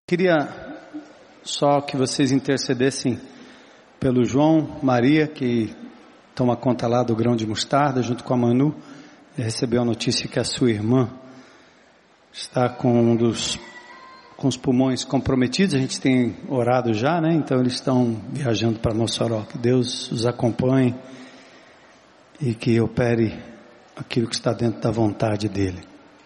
Queria só que vocês intercedessem pelo João, Maria, que toma conta lá do grão de mostarda, junto com a Manu. Recebeu a notícia que a sua irmã está com os pulmões comprometidos. A gente tem orado já, né? Então eles estão viajando para Mossoró. Que Deus os acompanhe e que opere aquilo que está dentro da vontade dele.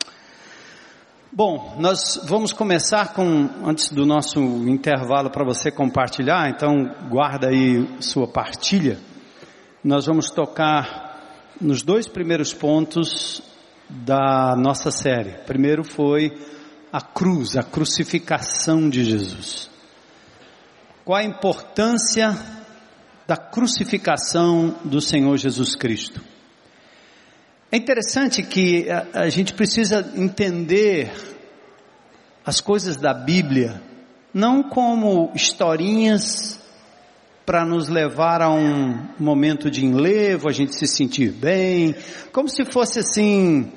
Bom, nós vamos começar antes do nosso intervalo para você compartilhar, então guarda aí sua partilha. Nós vamos tocar nos dois primeiros pontos da nossa série. Primeiro foi a cruz, a crucificação de Jesus. Qual a importância da crucificação do Senhor Jesus Cristo? É interessante que a gente precisa entender as coisas da Bíblia não como historinhas para nos levar a um momento de enlevo, a gente se sentir bem, como se fosse assim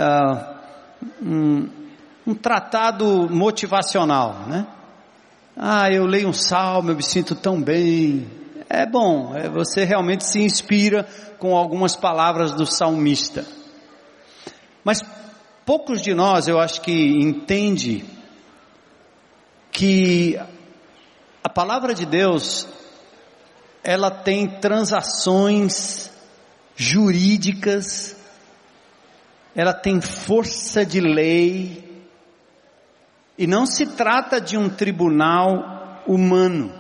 um tratado motivacional, né? Eu leio um salmo, eu me sinto tão bem. É bom, você realmente se inspira com algumas palavras do salmista. Mas poucos de nós, eu acho que entende que a palavra de Deus, ela tem transações jurídicas, ela tem força de lei, e não se trata de um tribunal humano.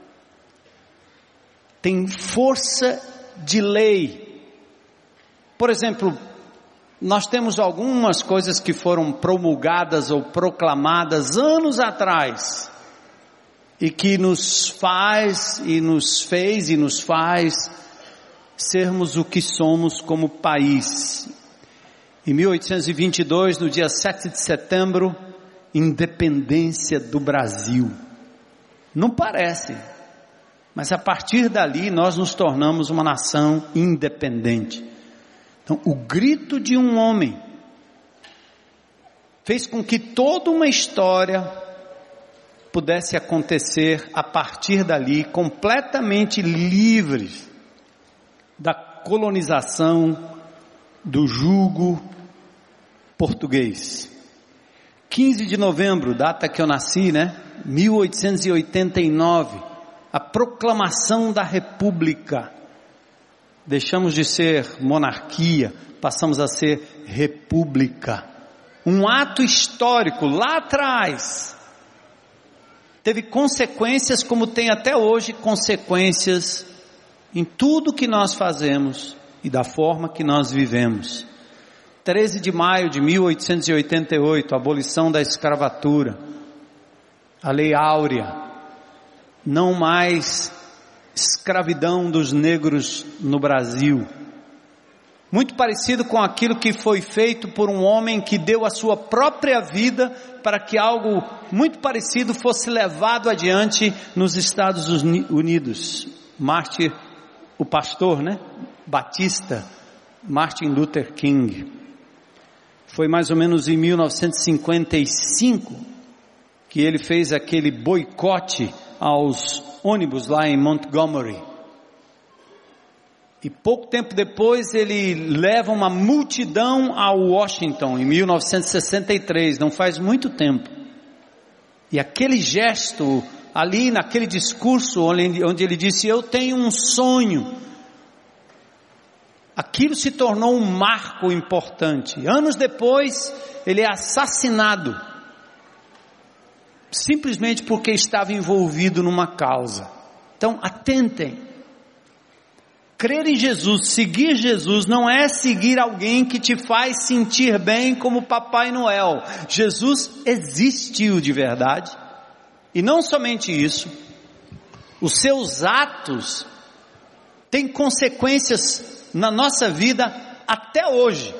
Tem força de lei. Por exemplo, nós temos algumas coisas que foram promulgadas ou proclamadas anos atrás e que nos faz e nos fez e nos faz sermos o que somos como país. Em 1822, no dia 7 de setembro, independência do Brasil. Não parece, mas a partir dali nós nos tornamos uma nação independente. Então, o grito de um homem fez com que toda uma história pudesse acontecer a partir dali, completamente livres da colonização, do jugo português. 15 de novembro, data que eu nasci, né? 1889. A proclamação da República. Deixamos de ser monarquia, passamos a ser república. Um ato histórico lá atrás. Teve consequências como tem até hoje consequências em tudo que nós fazemos e da forma que nós vivemos. 13 de maio de 1888, a abolição da escravatura. A Lei Áurea. Não mais escravidão dos negros no Brasil. Muito parecido com aquilo que foi feito por um homem que deu a sua própria vida para que algo muito parecido fosse levado adiante nos Estados Unidos. O pastor, né? Batista, Martin Luther King. Foi mais ou menos em 1955 que ele fez aquele boicote aos ônibus lá em Montgomery. E pouco tempo depois ele leva uma multidão a Washington, em 1963, não faz muito tempo. E aquele gesto, ali naquele discurso, onde ele disse, eu tenho um sonho, aquilo se tornou um marco importante. Anos depois, ele é assassinado, simplesmente porque estava envolvido numa causa. Então, atentem. Crer em Jesus, seguir Jesus, não é seguir alguém que te faz sentir bem como Papai Noel. Jesus existiu de verdade. E não somente isso, os seus atos têm consequências na nossa vida até hoje.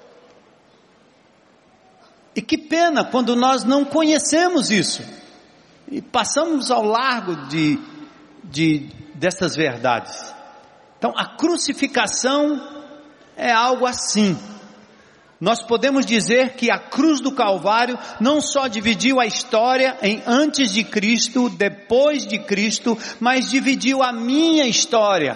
E que pena quando nós não conhecemos isso e passamos ao largo dessas verdades. Então, a crucificação é algo assim. Nós podemos dizer que a cruz do Calvário não só dividiu a história em antes de Cristo, depois de Cristo, mas dividiu a minha história.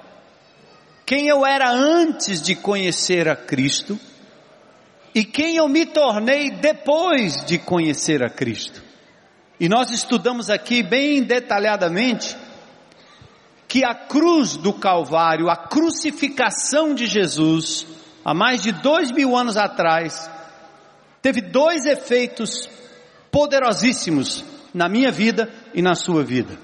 Quem eu era antes de conhecer a Cristo e quem eu me tornei depois de conhecer a Cristo. E nós estudamos aqui bem detalhadamente que a cruz do Calvário, a crucificação de Jesus, há mais de 2000 anos atrás, teve 2 efeitos poderosíssimos na minha vida e na sua vida.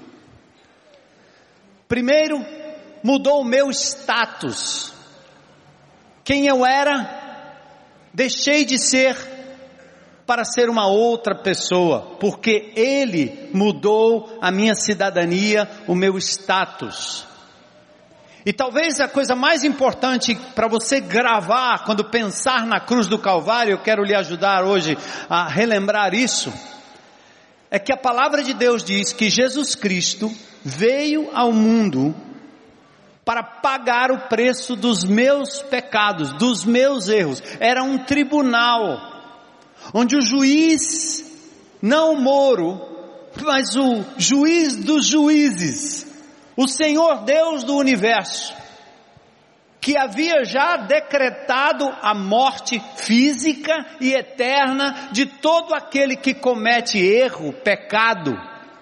Primeiro, mudou o meu status. Quem eu era, deixei de ser para ser uma outra pessoa, porque Ele mudou a minha cidadania, o meu status. E talvez a coisa mais importante para você gravar quando pensar na cruz do Calvário, eu quero lhe ajudar hoje a relembrar isso, é que a palavra de Deus diz que Jesus Cristo veio ao mundo para pagar o preço dos meus pecados, dos meus erros. Era um tribunal, onde o juiz, não o Moro, mas o juiz dos juízes, o Senhor Deus do universo, que havia já decretado a morte física e eterna de todo aquele que comete erro, pecado,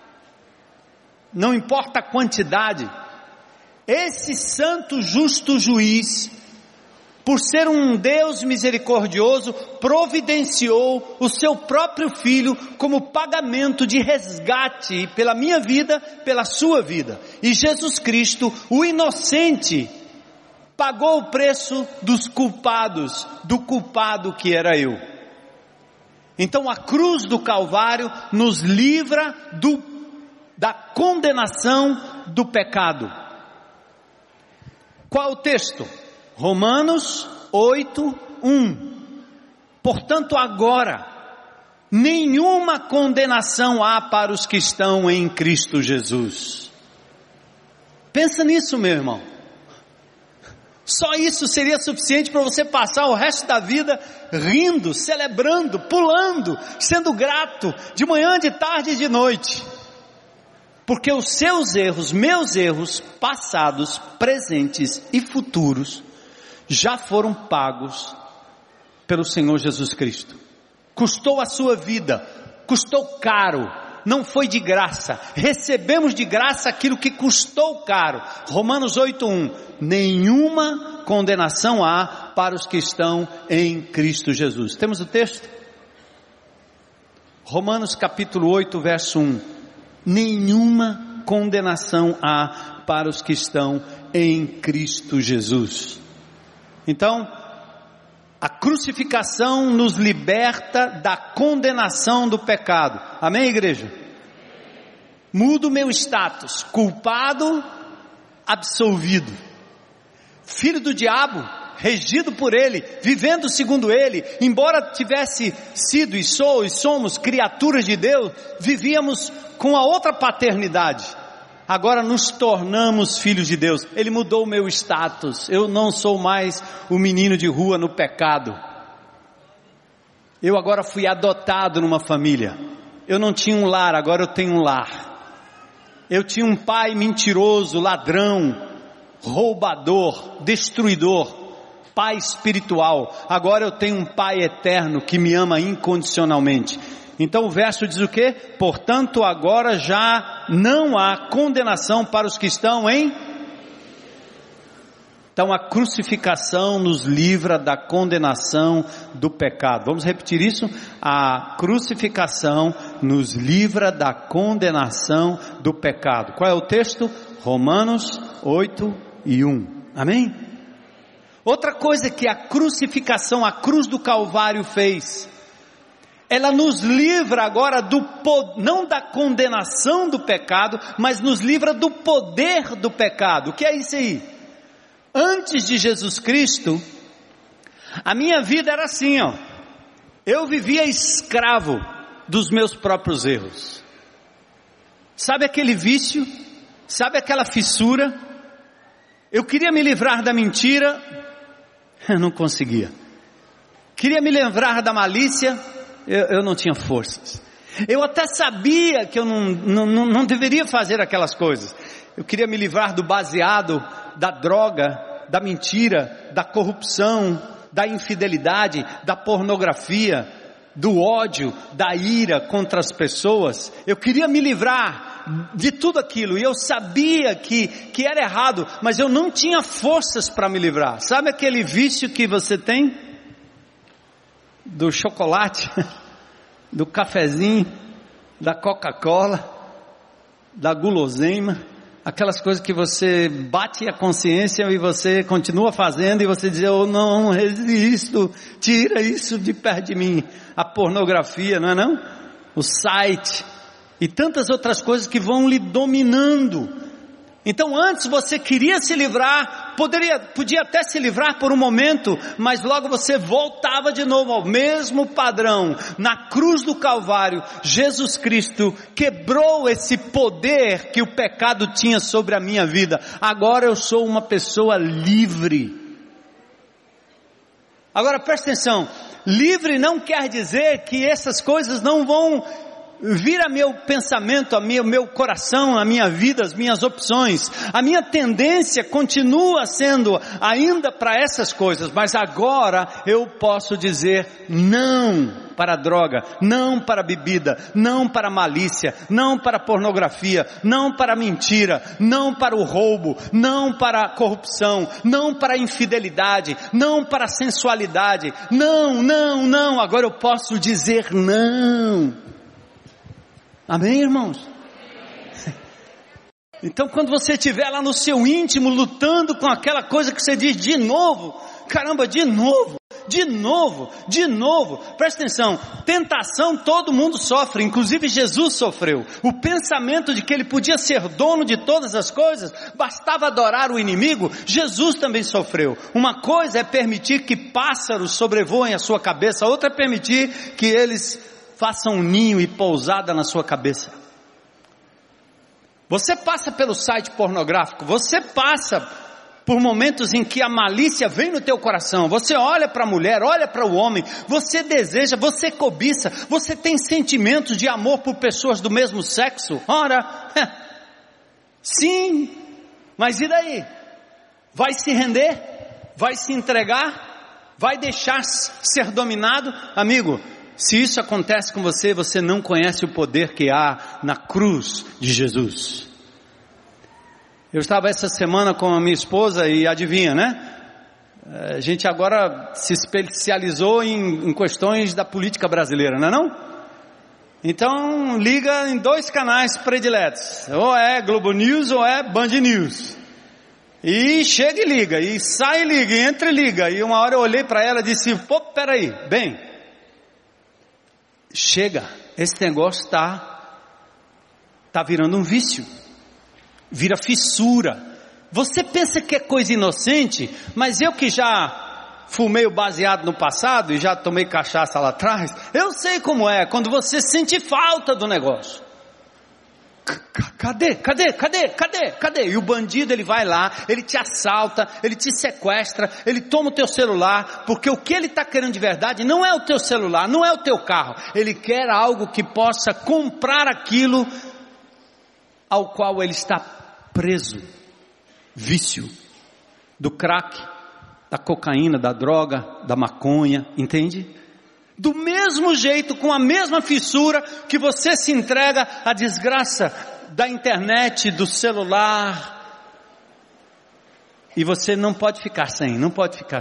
não importa a quantidade. Esse santo justo juiz, por ser um Deus misericordioso, providenciou o seu próprio Filho como pagamento de resgate pela minha vida, pela sua vida. E Jesus Cristo, o inocente, pagou o preço dos culpados, do culpado que era eu. Então a cruz do Calvário nos livra da condenação do pecado. Qual é o texto? Romanos 8:1. Portanto agora, nenhuma condenação há para os que estão em Cristo Jesus. Pensa nisso, meu irmão. Só isso seria suficiente para você passar o resto da vida rindo, celebrando, pulando, sendo grato, de manhã, de tarde e de noite. Porque os seus erros, meus erros, passados, presentes e futuros, já foram pagos pelo Senhor Jesus Cristo. Custou a sua vida, custou caro, não foi de graça. Recebemos de graça aquilo que custou caro. Romanos 8:1. Nenhuma condenação há para os que estão em Cristo Jesus. Temos o texto? Romanos capítulo 8, verso 1. Nenhuma condenação há para os que estão em Cristo Jesus. Então, a crucificação nos liberta da condenação do pecado. Amém, igreja? Muda o meu status, culpado, absolvido. Filho do diabo, regido por ele, vivendo segundo ele, embora tivesse sido e somos criaturas de Deus, vivíamos com a outra paternidade. Agora nos tornamos filhos de Deus. Ele mudou o meu status. Eu não sou mais o menino de rua no pecado. Eu agora fui adotado numa família. Eu não tinha um lar, agora eu tenho um lar. Eu tinha um pai mentiroso, ladrão, roubador, destruidor, pai espiritual. Agora eu tenho um pai eterno que me ama incondicionalmente. Então o verso diz o quê? Portanto agora já não há condenação para os que estão em... Então a crucificação nos livra da condenação do pecado. Vamos repetir isso? A crucificação nos livra da condenação do pecado. Qual é o texto? Romanos 8:1. Amém? Outra coisa que a crucificação, a cruz do Calvário fez, ela nos livra agora não da condenação do pecado, mas nos livra do poder do pecado. O que é isso aí? Antes de Jesus Cristo, a minha vida era assim, ó. Eu vivia escravo dos meus próprios erros. Sabe aquele vício? Sabe aquela fissura? Eu queria me livrar da mentira, eu não conseguia. Queria me livrar da malícia, eu não tinha forças. Eu até sabia que eu não deveria fazer aquelas coisas. Eu queria me livrar do baseado, da droga, da mentira, da corrupção, da infidelidade, da pornografia, do ódio, da ira contra as pessoas. Eu queria me livrar de tudo aquilo, e eu sabia que era errado, mas eu não tinha forças para me livrar. Sabe aquele vício que você tem? Do chocolate, do cafezinho, da Coca-Cola, da guloseima, aquelas coisas que você bate a consciência e você continua fazendo, e você diz, eu não resisto, tira isso de perto de mim. A pornografia, não é não? O site, e tantas outras coisas que vão lhe dominando. Então antes você queria se livrar, podia até se livrar por um momento, mas logo você voltava de novo ao mesmo padrão. Na cruz do Calvário, Jesus Cristo quebrou esse poder que o pecado tinha sobre a minha vida. Agora eu sou uma pessoa livre. Agora presta atenção, livre não quer dizer que essas coisas não vão vir a meu pensamento, a meu coração, a minha vida, as minhas opções. A minha tendência continua sendo ainda para essas coisas, mas agora eu posso dizer não para a droga, não para a bebida, não para a malícia, não para a pornografia, não para a mentira, não para o roubo, não para a corrupção, não para a infidelidade, não para a sensualidade. Não, agora eu posso dizer não. Amém, irmãos? Então quando você estiver lá no seu íntimo, lutando com aquela coisa que você diz de novo, caramba, de novo, presta atenção, tentação todo mundo sofre, inclusive Jesus sofreu. O pensamento de que ele podia ser dono de todas as coisas, bastava adorar o inimigo, Jesus também sofreu. Uma coisa é permitir que pássaros sobrevoem a sua cabeça, outra é permitir que eles façam um ninho e pousada na sua cabeça. Você passa pelo site pornográfico, você passa por momentos em que a malícia vem no teu coração, você olha para a mulher, olha para o homem, você deseja, você cobiça, você tem sentimentos de amor por pessoas do mesmo sexo. Ora, sim, mas e daí? Vai se render? Vai se entregar? Vai deixar ser dominado? Amigo, se isso acontece com você, você não conhece o poder que há na cruz de Jesus. Eu estava essa semana com a minha esposa e adivinha, né? A gente agora se especializou em questões da política brasileira, não é não? Então liga em 2 canais prediletos, ou é Globo News ou é Band News. E chega e liga, e sai e liga, e entra e liga. E uma hora eu olhei para ela e disse, pô, peraí, bem, chega, esse negócio está virando um vício, vira fissura. Você pensa que é coisa inocente, mas eu que já fumei o baseado no passado e já tomei cachaça lá atrás, eu sei como é, quando você sente falta do negócio. Cadê? E o bandido, ele vai lá, ele te assalta, ele te sequestra, ele toma o teu celular, porque o que ele está querendo de verdade não é o teu celular, não é o teu carro, ele quer algo que possa comprar aquilo ao qual ele está preso. Vício do crack, da cocaína, da droga, da maconha, entende? Do mesmo jeito, com a mesma fissura que você se entrega à desgraça da internet, do celular, e você não pode ficar sem, você não pode ficar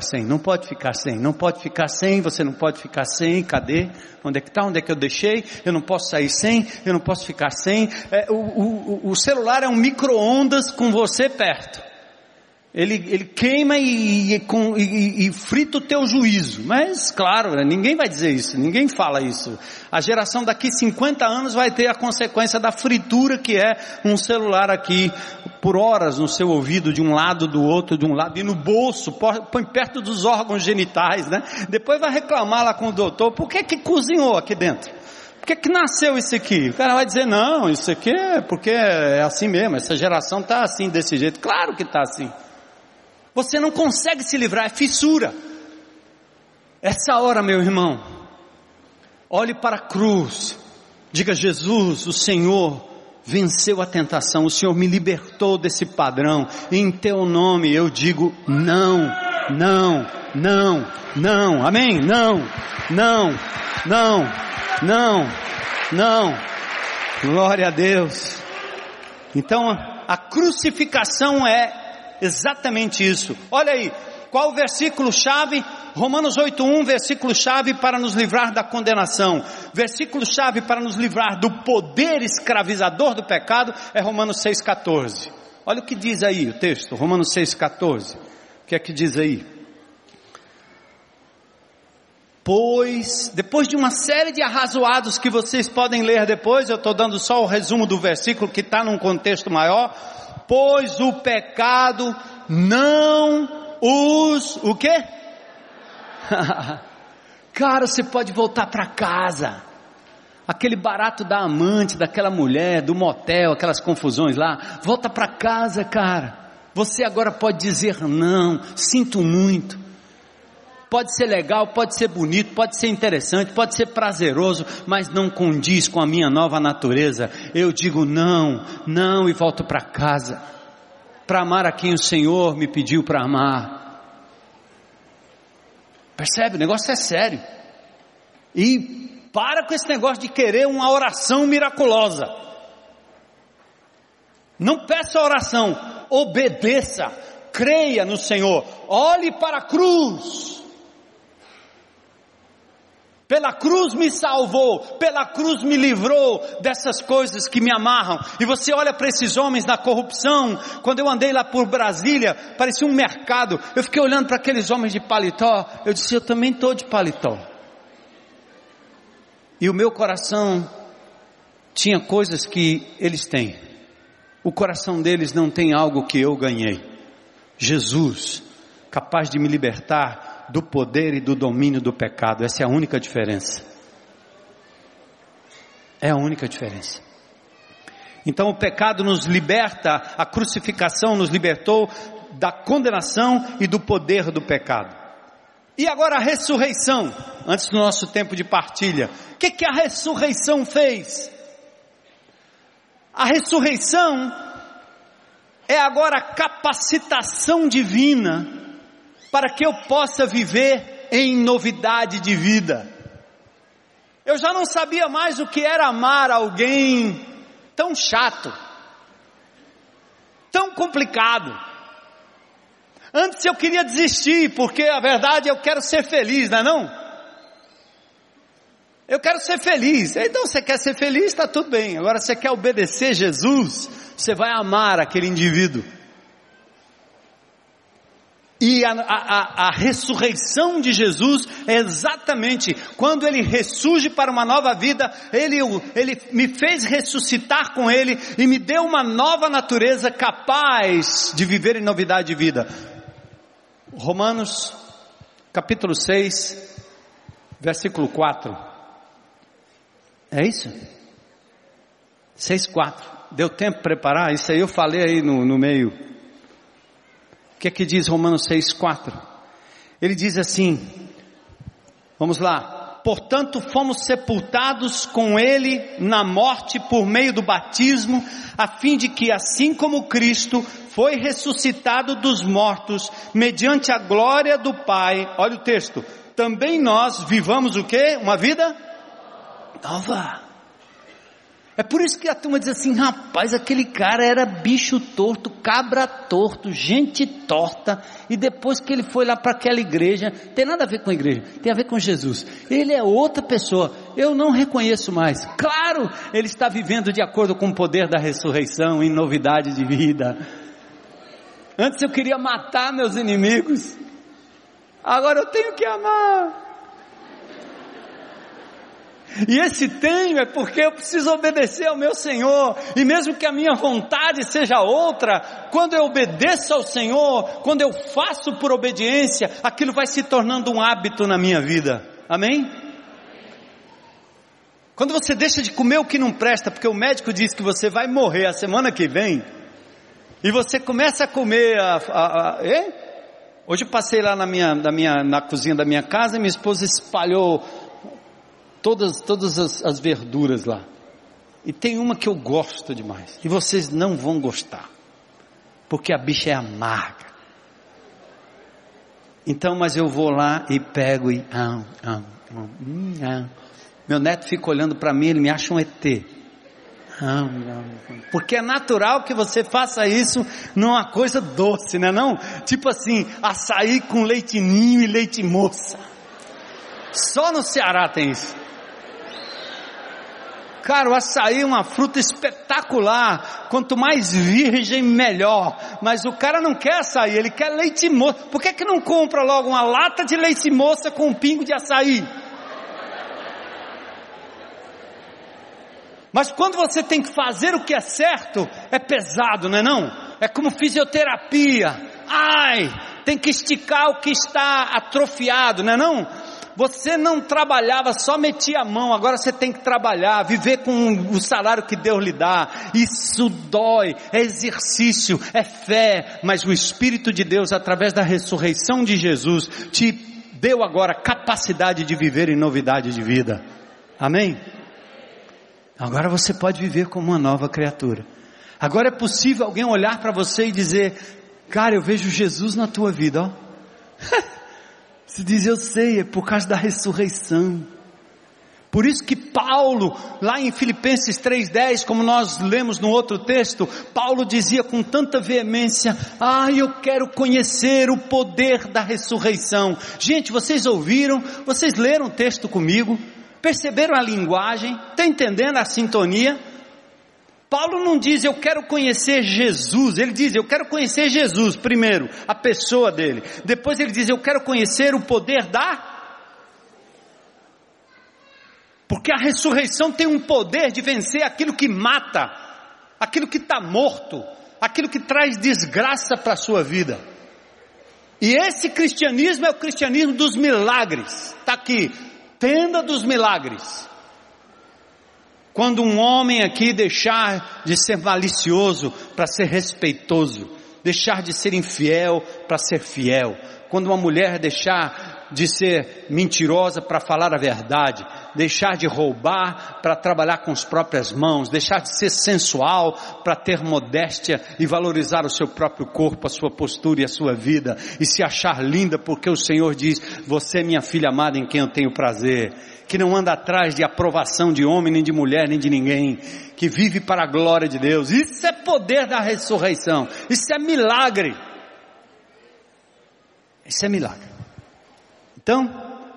sem, cadê? Onde é que está? Onde é que eu deixei? Eu não posso sair sem, eu não posso ficar sem. O celular é um micro-ondas com você perto. Ele queima e frita o teu juízo. Mas claro, ninguém vai dizer isso, ninguém fala isso. A geração daqui 50 anos vai ter a consequência da fritura que é um celular aqui, por horas no seu ouvido, de um lado, do outro, de um lado, e no bolso, põe perto dos órgãos genitais, né? Depois vai reclamar lá com o doutor, por que cozinhou aqui dentro? Por que nasceu isso aqui? O cara vai dizer, não, isso aqui é porque é assim mesmo, essa geração está assim, desse jeito. Claro que está assim. Você não consegue se livrar, é fissura. Essa hora, meu irmão, olhe para a cruz, diga: Jesus, o Senhor venceu a tentação, o Senhor me libertou desse padrão, em teu nome eu digo não, não, não, não, amém? Não, não, não, não, não, glória a Deus. Então a crucificação é exatamente isso. Olha aí, qual o versículo-chave? Romanos 8:1, versículo-chave para nos livrar da condenação. Versículo-chave para nos livrar do poder escravizador do pecado é Romanos 6,14. Olha o que diz aí o texto, Romanos 6,14. O que é que diz aí? Pois, depois de uma série de arrazoados que vocês podem ler depois, eu estou dando só o resumo do versículo que está num contexto maior. Pois o pecado não os... o quê? Cara, você pode voltar para casa. Aquele barato da amante, daquela mulher, do motel, aquelas confusões lá. Volta para casa, cara. Você agora pode dizer não, sinto muito. Pode ser legal, pode ser bonito, pode ser interessante, pode ser prazeroso, mas não condiz com a minha nova natureza. Eu digo não, não, e volto para casa, para amar a quem o Senhor me pediu para amar. Percebe? O negócio é sério. E para com esse negócio de querer uma oração miraculosa. Não peça oração, obedeça, creia no Senhor, olhe para a cruz. Pela cruz me salvou, pela cruz me livrou dessas coisas que me amarram. E você olha para esses homens na corrupção. Quando eu andei lá por Brasília, parecia um mercado. Eu fiquei olhando para aqueles homens de paletó. Eu disse: eu também estou de paletó. E o meu coração tinha coisas que eles têm. O coração deles não tem algo que eu ganhei. Jesus, capaz de me libertar do poder e do domínio do pecado. Essa é a única diferença. É a única diferença. Então o pecado nos liberta, a crucificação nos libertou da condenação e do poder do pecado. E agora a ressurreição, antes do nosso tempo de partilha. O que a ressurreição fez? A ressurreição é agora a capacitação divina para que eu possa viver em novidade de vida. Eu já não sabia mais o que era amar alguém tão chato, tão complicado. Antes eu queria desistir, porque a verdade eu quero ser feliz, não é não? Eu quero ser feliz. Então você quer ser feliz, está tudo bem. Agora você quer obedecer Jesus, você vai amar aquele indivíduo. E a ressurreição de Jesus é exatamente quando Ele ressurge para uma nova vida. Ele me fez ressuscitar com Ele e me deu uma nova natureza capaz de viver em novidade de vida. Romanos capítulo 6, versículo 4. É isso? 6:4. Deu tempo para preparar? Isso aí eu falei aí no meio. O que é que diz Romanos 6:4? Ele diz assim, vamos lá: portanto fomos sepultados com Ele na morte por meio do batismo, a fim de que assim como Cristo foi ressuscitado dos mortos, mediante a glória do Pai, olha o texto, também nós vivamos o quê? Uma vida nova. É por isso que a turma diz assim: rapaz, aquele cara era bicho torto, cabra torto, gente torta, e depois que ele foi lá para aquela igreja, tem nada a ver com a igreja, tem a ver com Jesus, ele é outra pessoa, eu não reconheço mais. Claro, ele está vivendo de acordo com o poder da ressurreição, em novidade de vida. Antes eu queria matar meus inimigos, agora eu tenho que amar. E esse tenho é porque eu preciso obedecer ao meu Senhor, e mesmo que a minha vontade seja outra, quando eu obedeço ao Senhor, quando eu faço por obediência, aquilo vai se tornando um hábito na minha vida, amém? Quando você deixa de comer o que não presta, porque o médico diz que você vai morrer a semana que vem, e você começa a comer Hoje eu passei lá na cozinha da minha casa e minha esposa espalhou todas as verduras lá. E tem uma que eu gosto demais. E vocês não vão gostar. Porque a bicha é amarga. Então, mas eu vou lá e pego e... Meu neto fica olhando para mim, ele me acha um ET. Porque é natural que você faça isso numa coisa doce, né não? Tipo assim, açaí com leite ninho e leite moça. Só no Ceará tem isso. Cara, o açaí é uma fruta espetacular, quanto mais virgem melhor, mas o cara não quer açaí, ele quer leite moça. Por que não compra logo uma lata de leite moça com um pingo de açaí? Mas quando você tem que fazer o que é certo, é pesado, não é não? É como fisioterapia, tem que esticar o que está atrofiado, não é não? Você não trabalhava, só metia a mão, agora você tem que trabalhar, viver com o salário que Deus lhe dá. Isso dói, é exercício, é fé, mas o Espírito de Deus, através da ressurreição de Jesus, te deu agora capacidade de viver em novidade de vida. Amém? Agora você pode viver como uma nova criatura. Agora é possível alguém olhar para você e dizer: cara, eu vejo Jesus na tua vida, ó. Você diz: eu sei, é por causa da ressurreição. Por isso que Paulo, lá em Filipenses 3:10, como nós lemos no outro texto, Paulo dizia com tanta veemência: eu quero conhecer o poder da ressurreição. Gente, vocês ouviram? Vocês leram o texto comigo? Perceberam a linguagem? Está entendendo a sintonia? Paulo não diz eu quero conhecer Jesus, ele diz eu quero conhecer Jesus primeiro, a pessoa dele. Depois ele diz eu quero conhecer o poder porque a ressurreição tem um poder de vencer aquilo que mata, aquilo que está morto, aquilo que traz desgraça para a sua vida. E esse cristianismo é o cristianismo dos milagres. Está aqui, tenda dos milagres. Quando um homem aqui deixar de ser malicioso para ser respeitoso, deixar de ser infiel para ser fiel, quando uma mulher deixar de ser mentirosa para falar a verdade, deixar de roubar para trabalhar com as próprias mãos, deixar de ser sensual para ter modéstia e valorizar o seu próprio corpo, a sua postura e a sua vida, e se achar linda porque o Senhor diz: você é minha filha amada em quem eu tenho prazer, que não anda atrás de aprovação de homem, nem de mulher, nem de ninguém, que vive para a glória de Deus. Isso é poder da ressurreição, isso é milagre, isso é milagre. Então,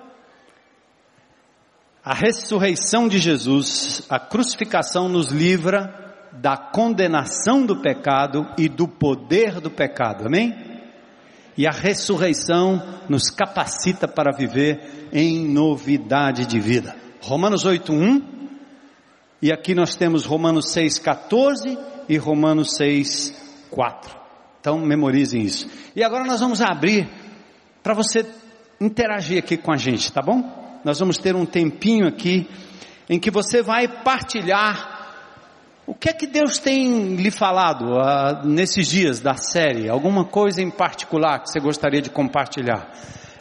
a ressurreição de Jesus, a crucificação nos livra da condenação do pecado e do poder do pecado, amém? E a ressurreição nos capacita para viver em novidade de vida. Romanos 8:1, e aqui nós temos Romanos 6:14 e Romanos 6:4. Então memorizem isso. E agora nós vamos abrir para você interagir aqui com a gente, tá bom? Nós vamos ter um tempinho aqui em que você vai partilhar o que é que Deus tem lhe falado nesses dias da série, alguma coisa em particular que você gostaria de compartilhar.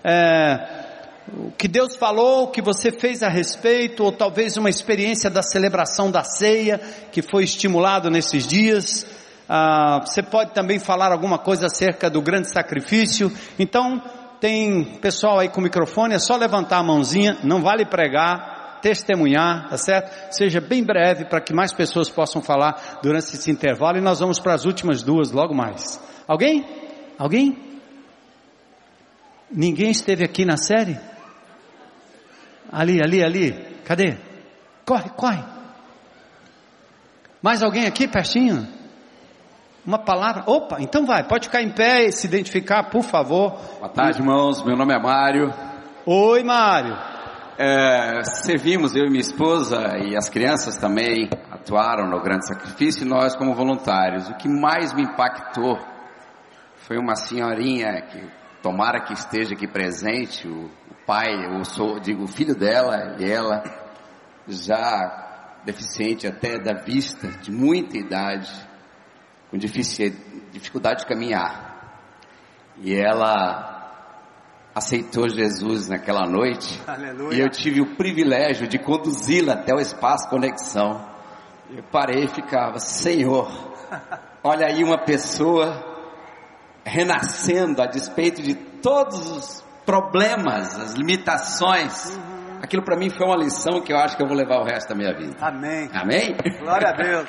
O que Deus falou, o que você fez a respeito, ou talvez uma experiência da celebração da ceia que foi estimulado nesses dias. Você pode também falar alguma coisa acerca do grande sacrifício. Então tem pessoal aí com microfone, é só levantar a mãozinha, não vale pregar, testemunhar, tá certo? Seja bem breve para que mais pessoas possam falar durante esse intervalo, e nós vamos para as últimas duas logo mais. Alguém? Alguém? Ninguém esteve aqui na série? Ali, cadê? Corre. Mais alguém aqui pertinho? Uma palavra? Opa, então vai, pode ficar em pé e se identificar, por favor. Boa tarde, irmãos, meu nome é Mário. Oi, Mário. Servimos, eu e minha esposa, e as crianças também atuaram no grande sacrifício, e nós como voluntários. O que mais me impactou foi uma senhorinha que, tomara que esteja aqui presente, o pai, o filho dela, e ela já deficiente até da vista, de muita idade, com dificuldade de caminhar, e ela aceitou Jesus naquela noite. Aleluia. E eu tive o privilégio de conduzi-la até o Espaço Conexão. Eu parei e ficava, Senhor, olha aí uma pessoa renascendo a despeito de todos os problemas, as limitações. Aquilo para mim foi uma lição que eu acho que eu vou levar o resto da minha vida. Amém. Amém? Glória a Deus.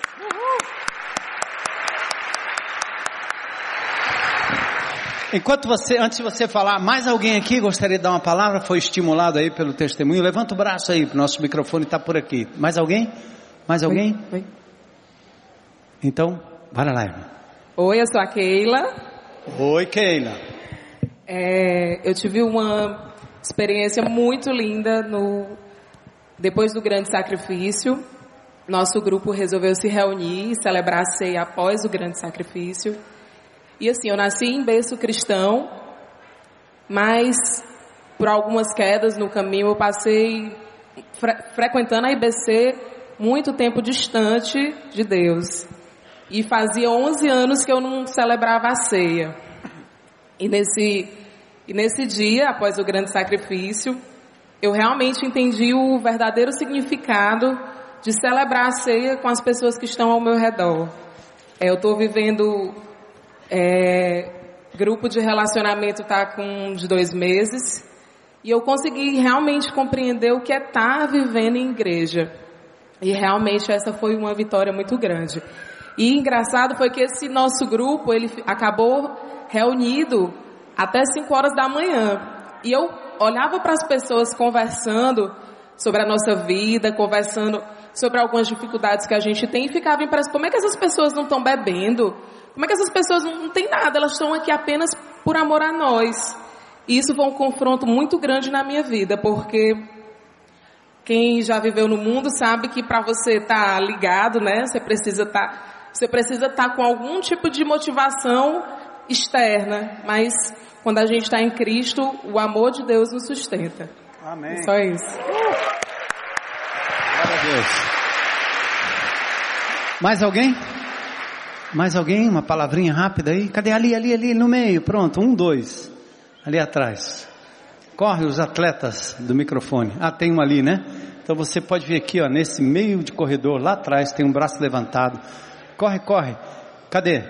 Antes de você falar, mais alguém aqui gostaria de dar uma palavra? Foi estimulado aí pelo testemunho? Levanta o braço aí, nosso microfone está por aqui. Mais alguém? Mais alguém? Oi. Então, bora lá, irmão. Oi, eu sou a Keila. Oi, Keila. Eu tive uma experiência muito linda depois do grande sacrifício. Nosso grupo resolveu se reunir e celebrar a ceia após o grande sacrifício. E assim, eu nasci em berço cristão, mas por algumas quedas no caminho eu passei frequentando a IBC muito tempo distante de Deus. E fazia 11 anos que eu não celebrava a ceia. E nesse dia, após o grande sacrifício, eu realmente entendi o verdadeiro significado de celebrar a ceia com as pessoas que estão ao meu redor. Eu estou vivendo... grupo de relacionamento está com de 2 meses. E eu consegui realmente compreender o que é estar vivendo em igreja. E realmente essa foi uma vitória muito grande. E engraçado foi que esse nosso grupo, ele acabou reunido até 5 horas da manhã. E eu olhava para as pessoas conversando sobre a nossa vida, conversando sobre algumas dificuldades que a gente tem, e ficava impressionado, como é que essas pessoas não estão bebendo? Como é que essas pessoas não têm nada? Elas estão aqui apenas por amor a nós. E isso foi um confronto muito grande na minha vida, porque quem já viveu no mundo sabe que para você estar ligado, né, você precisa estar com algum tipo de motivação externa. Mas quando a gente está em Cristo, o amor de Deus nos sustenta. Amém. Só isso. Glória a Deus. Mais alguém? Mais alguém? Uma palavrinha rápida aí? Cadê? Ali, no meio. Pronto, 1, 2. Ali atrás. Corre os atletas do microfone. Tem um ali, né? Então você pode vir aqui, ó, nesse meio de corredor, lá atrás, tem um braço levantado. Corre. Cadê?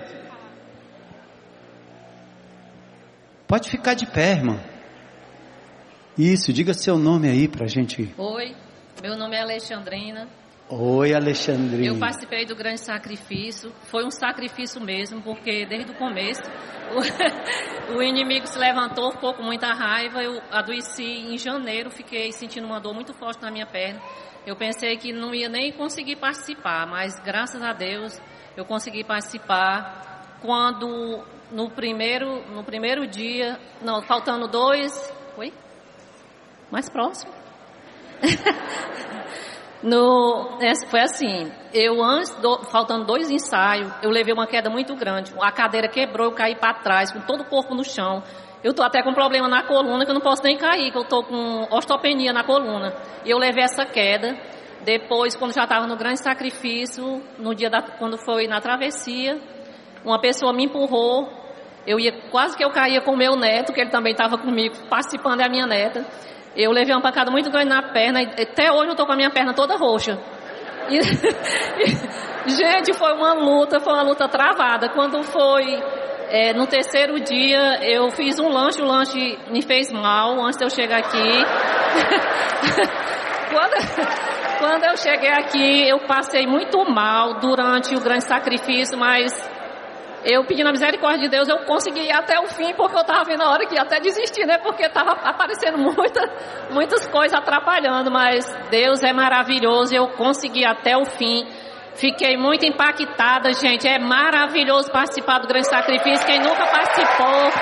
Pode ficar de pé, irmão. Isso, diga seu nome aí pra gente. Oi, meu nome é Alexandrina. Oi, Alexandrina. Eu participei do grande sacrifício. Foi um sacrifício mesmo, porque desde o começo o inimigo se levantou, ficou com muita raiva. Eu adoeci em janeiro, fiquei sentindo uma dor muito forte na minha perna. Eu pensei que não ia nem conseguir participar, mas graças a Deus eu consegui participar. Quando no primeiro dia, não, faltando 2, oi? Mais próximo. Foi assim, faltando 2 ensaios, eu levei uma queda muito grande, a cadeira quebrou, eu caí para trás, com todo o corpo no chão. Eu tô até com problema na coluna, que eu não posso nem cair, que eu tô com osteopenia na coluna. E eu levei essa queda. Depois, quando já estava no grande sacrifício, quando foi na travessia, uma pessoa me empurrou, quase que eu caía com o meu neto, que ele também estava comigo, participando da minha neta. Eu levei uma pancada muito grande na perna, e até hoje eu tô com a minha perna toda roxa. Gente, foi uma luta travada. Quando foi no 3º dia, eu fiz um lanche, o lanche me fez mal antes de eu chegar aqui. Quando eu cheguei aqui, eu passei muito mal durante o grande sacrifício, mas eu pedi na misericórdia de Deus, eu consegui ir até o fim, porque eu estava vendo a hora que ia até desistir, né? Porque estava aparecendo muitas coisas atrapalhando, mas Deus é maravilhoso, eu consegui até o fim. Fiquei muito impactada, gente. É maravilhoso participar do grande sacrifício. Quem nunca participou...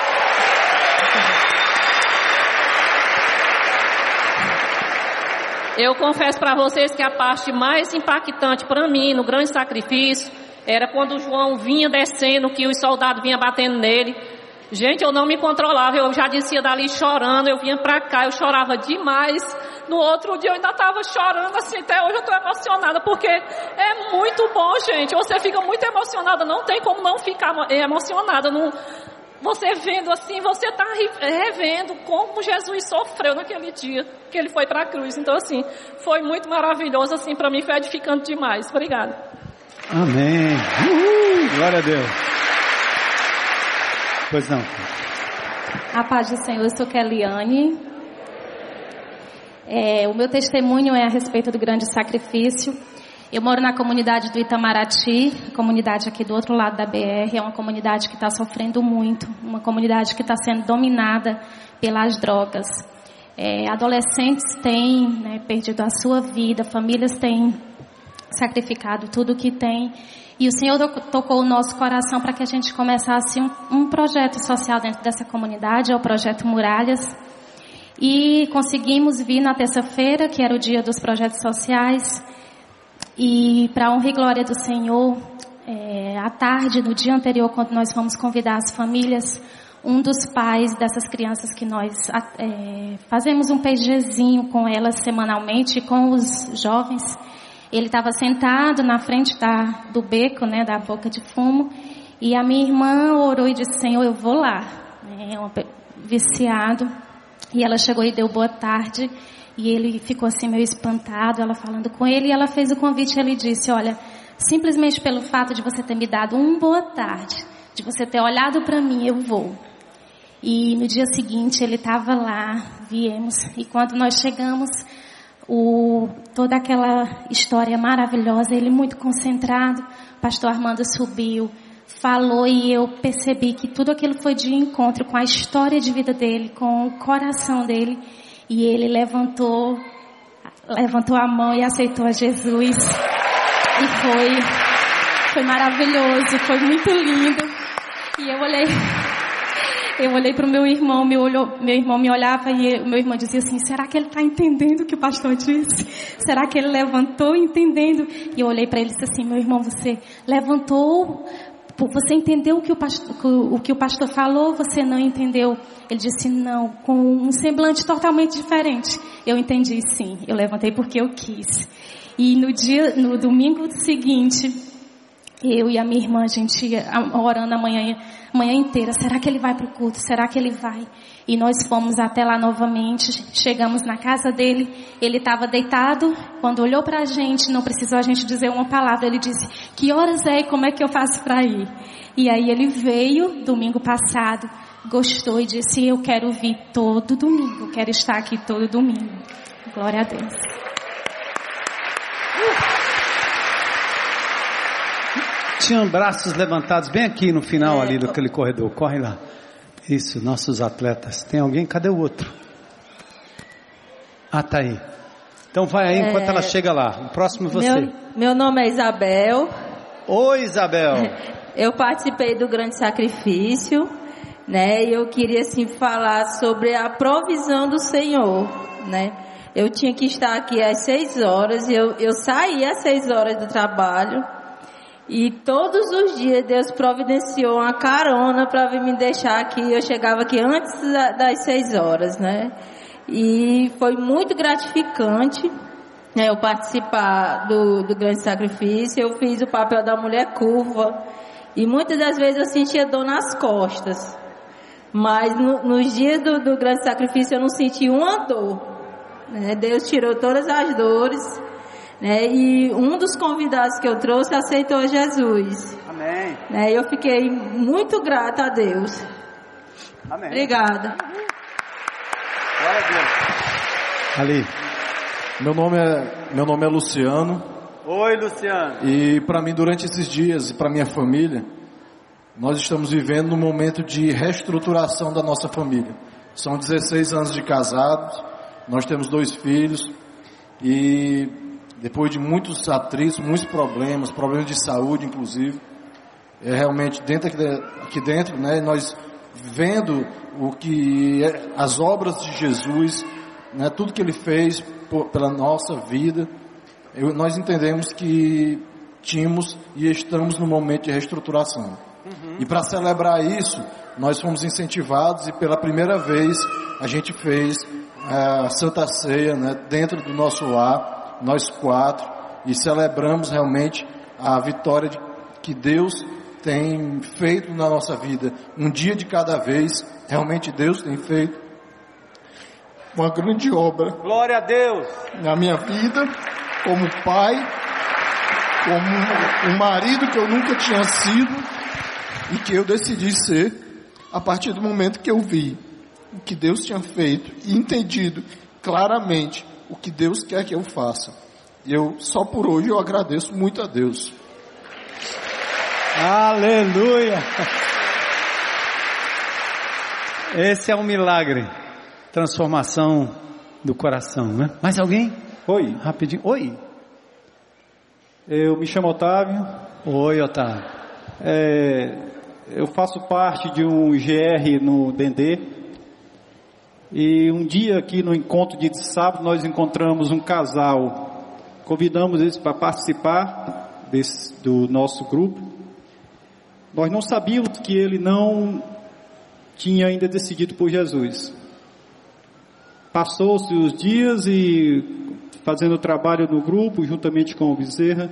Eu confesso para vocês que a parte mais impactante para mim no grande sacrifício era quando o João vinha descendo, que os soldados vinham batendo nele. Gente, eu não me controlava, eu já descia dali chorando, eu vinha para cá, eu chorava demais. No outro dia eu ainda estava chorando, assim, até hoje eu estou emocionada, porque é muito bom, gente. Você fica muito emocionada, não tem como não ficar emocionada. você vendo assim, você está revendo como Jesus sofreu naquele dia que ele foi para a cruz. Então, assim, foi muito maravilhoso, assim, para mim foi edificante demais. Obrigada. Amém. Glória a Deus. Pois não. A paz do Senhor, eu sou Keliane. O meu testemunho é a respeito do grande sacrifício. Eu moro na comunidade do Itamaraty, comunidade aqui do outro lado da BR. É uma comunidade que está sofrendo muito, uma comunidade que está sendo dominada pelas drogas. Adolescentes têm, né, perdido a sua vida, famílias têm sacrificado tudo o que têm. E o Senhor tocou o nosso coração para que a gente começasse um projeto social dentro dessa comunidade, é o Projeto Muralhas. E conseguimos vir na terça-feira, que era o dia dos projetos sociais. E para honra e glória do Senhor, à tarde, no dia anterior, quando nós fomos convidar as famílias, um dos pais dessas crianças que nós fazemos um PGzinho com elas semanalmente, com os jovens, ele estava sentado na frente do beco, né, da boca de fumo, e a minha irmã orou e disse: Senhor, eu vou lá. Viciado. E ela chegou e deu boa tarde. E ele ficou assim meio espantado, ela falando com ele, e ela fez o convite e ele disse: olha, simplesmente pelo fato de você ter me dado boa tarde, de você ter olhado para mim, eu vou. E no dia seguinte ele estava lá, viemos, e quando nós chegamos, toda aquela história maravilhosa, ele muito concentrado, o pastor Armando subiu, falou, e eu percebi que tudo aquilo foi de encontro com a história de vida dele, com o coração dele. E ele levantou a mão e aceitou a Jesus. E foi maravilhoso, foi muito lindo. E eu olhei para o meu irmão, meu irmão me olhava e meu irmão dizia assim: será que ele está entendendo o que o pastor disse? Será que ele levantou entendendo? E eu olhei para ele e disse assim: meu irmão, você levantou... Você entendeu o que o pastor falou? Você não entendeu? Ele disse não, com um semblante totalmente diferente. Eu entendi, sim. Eu levantei porque eu quis. E no domingo seguinte, eu e a minha irmã, a gente ia orando a manhã inteira. Será que ele vai para o culto? Será que ele vai? E nós fomos até lá novamente. Chegamos na casa dele. Ele estava deitado. Quando olhou para a gente, não precisou a gente dizer uma palavra. Ele disse: que horas é e como é que eu faço para ir? E aí ele veio domingo passado, gostou e disse: eu quero vir todo domingo. Eu quero estar aqui todo domingo. Glória a Deus. Tinham braços levantados bem aqui no final ali daquele corredor. Corre lá. Isso, nossos atletas. Tem alguém? Cadê o outro? Ah, tá aí. Então vai aí enquanto ela chega lá. O próximo é você. Meu nome é Isabel. Oi, Isabel. Eu participei do grande sacrifício, né? E eu queria assim falar sobre a provisão do Senhor, né? Eu tinha que estar aqui às 6 horas e eu saí às 6 horas do trabalho. E todos os dias Deus providenciou uma carona para vir me deixar aqui. Eu chegava aqui antes das 6 horas, né? E foi muito gratificante, né, eu participar do grande sacrifício. Eu fiz o papel da mulher curva. E muitas das vezes eu sentia dor nas costas. Mas nos dias do grande sacrifício eu não senti uma dor, né? Deus tirou todas as dores. E um dos convidados que eu trouxe aceitou Jesus. Amém. Eu fiquei muito grata a Deus. Amém. Obrigada. Glória a Deus. Ali. Meu nome é Luciano. Oi, Luciano. E para mim, durante esses dias, e para minha família, nós estamos vivendo um momento de reestruturação da nossa família. São 16 anos de casados, nós temos 2 filhos e depois de muitos atritos, muitos problemas de saúde inclusive, realmente aqui dentro, né, nós vendo o que as obras de Jesus, né, tudo que Ele fez pela nossa vida, nós entendemos que tínhamos e estamos no momento de reestruturação. E para celebrar isso, nós fomos incentivados e pela primeira vez a gente fez a Santa Ceia, né, dentro do nosso lar, nós 4, e celebramos realmente a vitória que Deus tem feito na nossa vida, um dia de cada vez. Realmente Deus tem feito uma grande obra. Glória a Deus. Na minha vida, como pai, como um marido que eu nunca tinha sido e que eu decidi ser a partir do momento que eu vi o que Deus tinha feito e entendido claramente o que Deus quer que eu faça. E só por hoje eu agradeço muito a Deus. Aleluia! Esse é um milagre. Transformação do coração, né? Mais alguém? Oi. Rapidinho. Oi. Eu me chamo Otávio. Oi, Otávio. Eu faço parte de um GR no Dendê. E um dia aqui no encontro de sábado nós encontramos um casal. Convidamos eles para participar do nosso grupo. Nós não sabíamos que ele não tinha ainda decidido por Jesus. Passou-se os dias e fazendo o trabalho no grupo, juntamente com o Bezerra,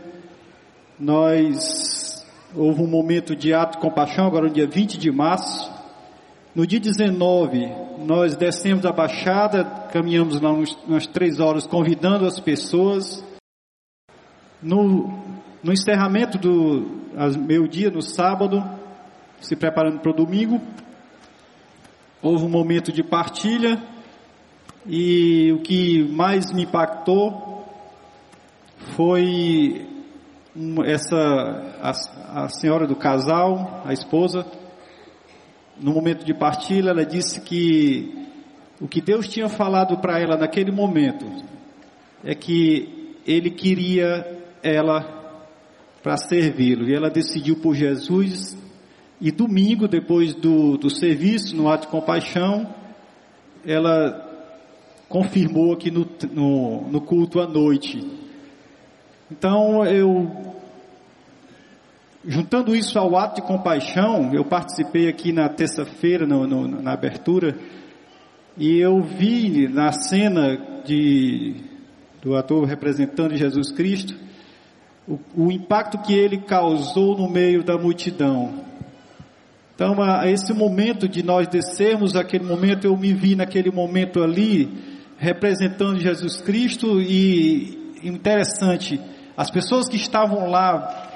houve um momento de ato de compaixão, agora no dia 20 de março. No dia 19, nós descemos a Baixada, caminhamos lá umas 3 horas, convidando as pessoas. No encerramento do meio-dia, no sábado, se preparando para o domingo, houve um momento de partilha, e o que mais me impactou foi a senhora do casal, a esposa. No momento de partilha, ela disse que o que Deus tinha falado para ela naquele momento é que Ele queria ela para servi-lo, e ela decidiu por Jesus. E domingo, depois do serviço, no ato de compaixão, ela confirmou aqui no culto à noite. Então, juntando isso ao ato de compaixão, eu participei aqui na terça-feira, na abertura, e eu vi na cena do ator representando Jesus Cristo, o impacto que ele causou no meio da multidão. Então, a esse momento de nós descermos, aquele momento, eu me vi naquele momento ali, representando Jesus Cristo. E interessante, as pessoas que estavam lá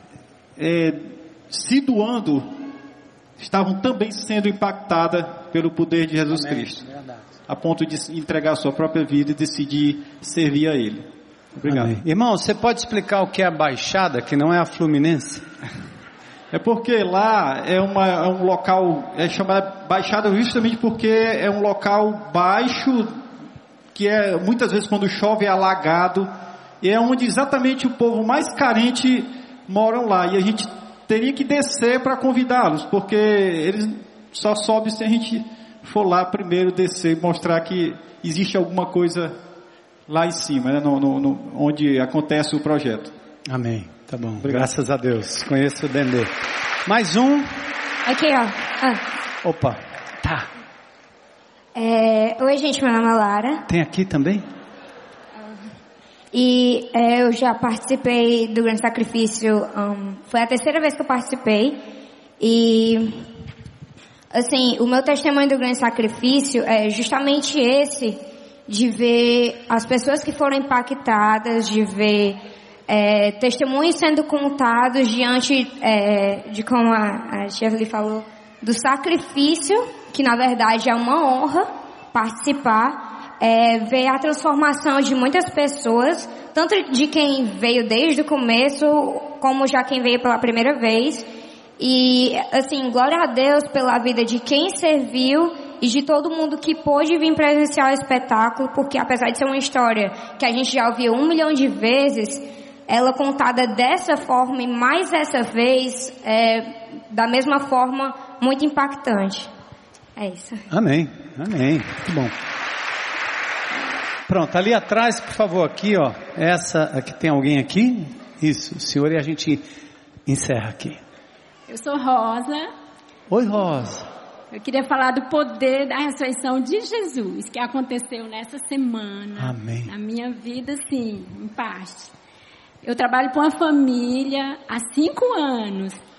se doando, estavam também sendo impactadas pelo poder de Jesus Cristo, a ponto de entregar a sua própria vida e decidir servir a Ele. Obrigado. Amém. Irmão, você pode explicar o que é a Baixada, que não é a Fluminense? É porque lá é um local, chamado Baixada justamente porque é um local baixo, que muitas vezes quando chove é alagado, e é onde exatamente o povo mais carente moram lá, e a gente teria que descer para convidá-los, porque eles só sobem se a gente for lá primeiro descer e mostrar que existe alguma coisa lá em cima, né, onde acontece o projeto. Amém. Tá bom. Obrigado. Graças a Deus. Conheço o Dendê. Mais um. Aqui, ó. Opa. Tá. Oi, gente. Meu nome é Lara. Tem aqui também? E eu já participei do Grande Sacrifício. Foi a terceira vez que eu participei. E, assim, o meu testemunho do Grande Sacrifício é justamente esse, de ver as pessoas que foram impactadas, de ver testemunhos sendo contados diante de, como a Shirley falou, do sacrifício, que na verdade é uma honra participar, ver a transformação de muitas pessoas, tanto de quem veio desde o começo, como já quem veio pela primeira vez. E, assim, glória a Deus pela vida de quem serviu e de todo mundo que pôde vir presenciar o espetáculo, porque apesar de ser uma história que a gente já ouviu 1 milhão de vezes, ela contada dessa forma e mais essa vez, da mesma forma, muito impactante. É isso. Amém, amém, muito bom. Pronto, ali atrás, por favor, aqui, ó, aqui tem alguém aqui? Isso, senhor, e a gente encerra aqui. Eu sou Rosa. Oi, Rosa. Eu queria falar do poder da ressurreição de Jesus, que aconteceu nessa semana. Amém. Na minha vida, sim, em parte. Eu trabalho com uma família há 5 anos.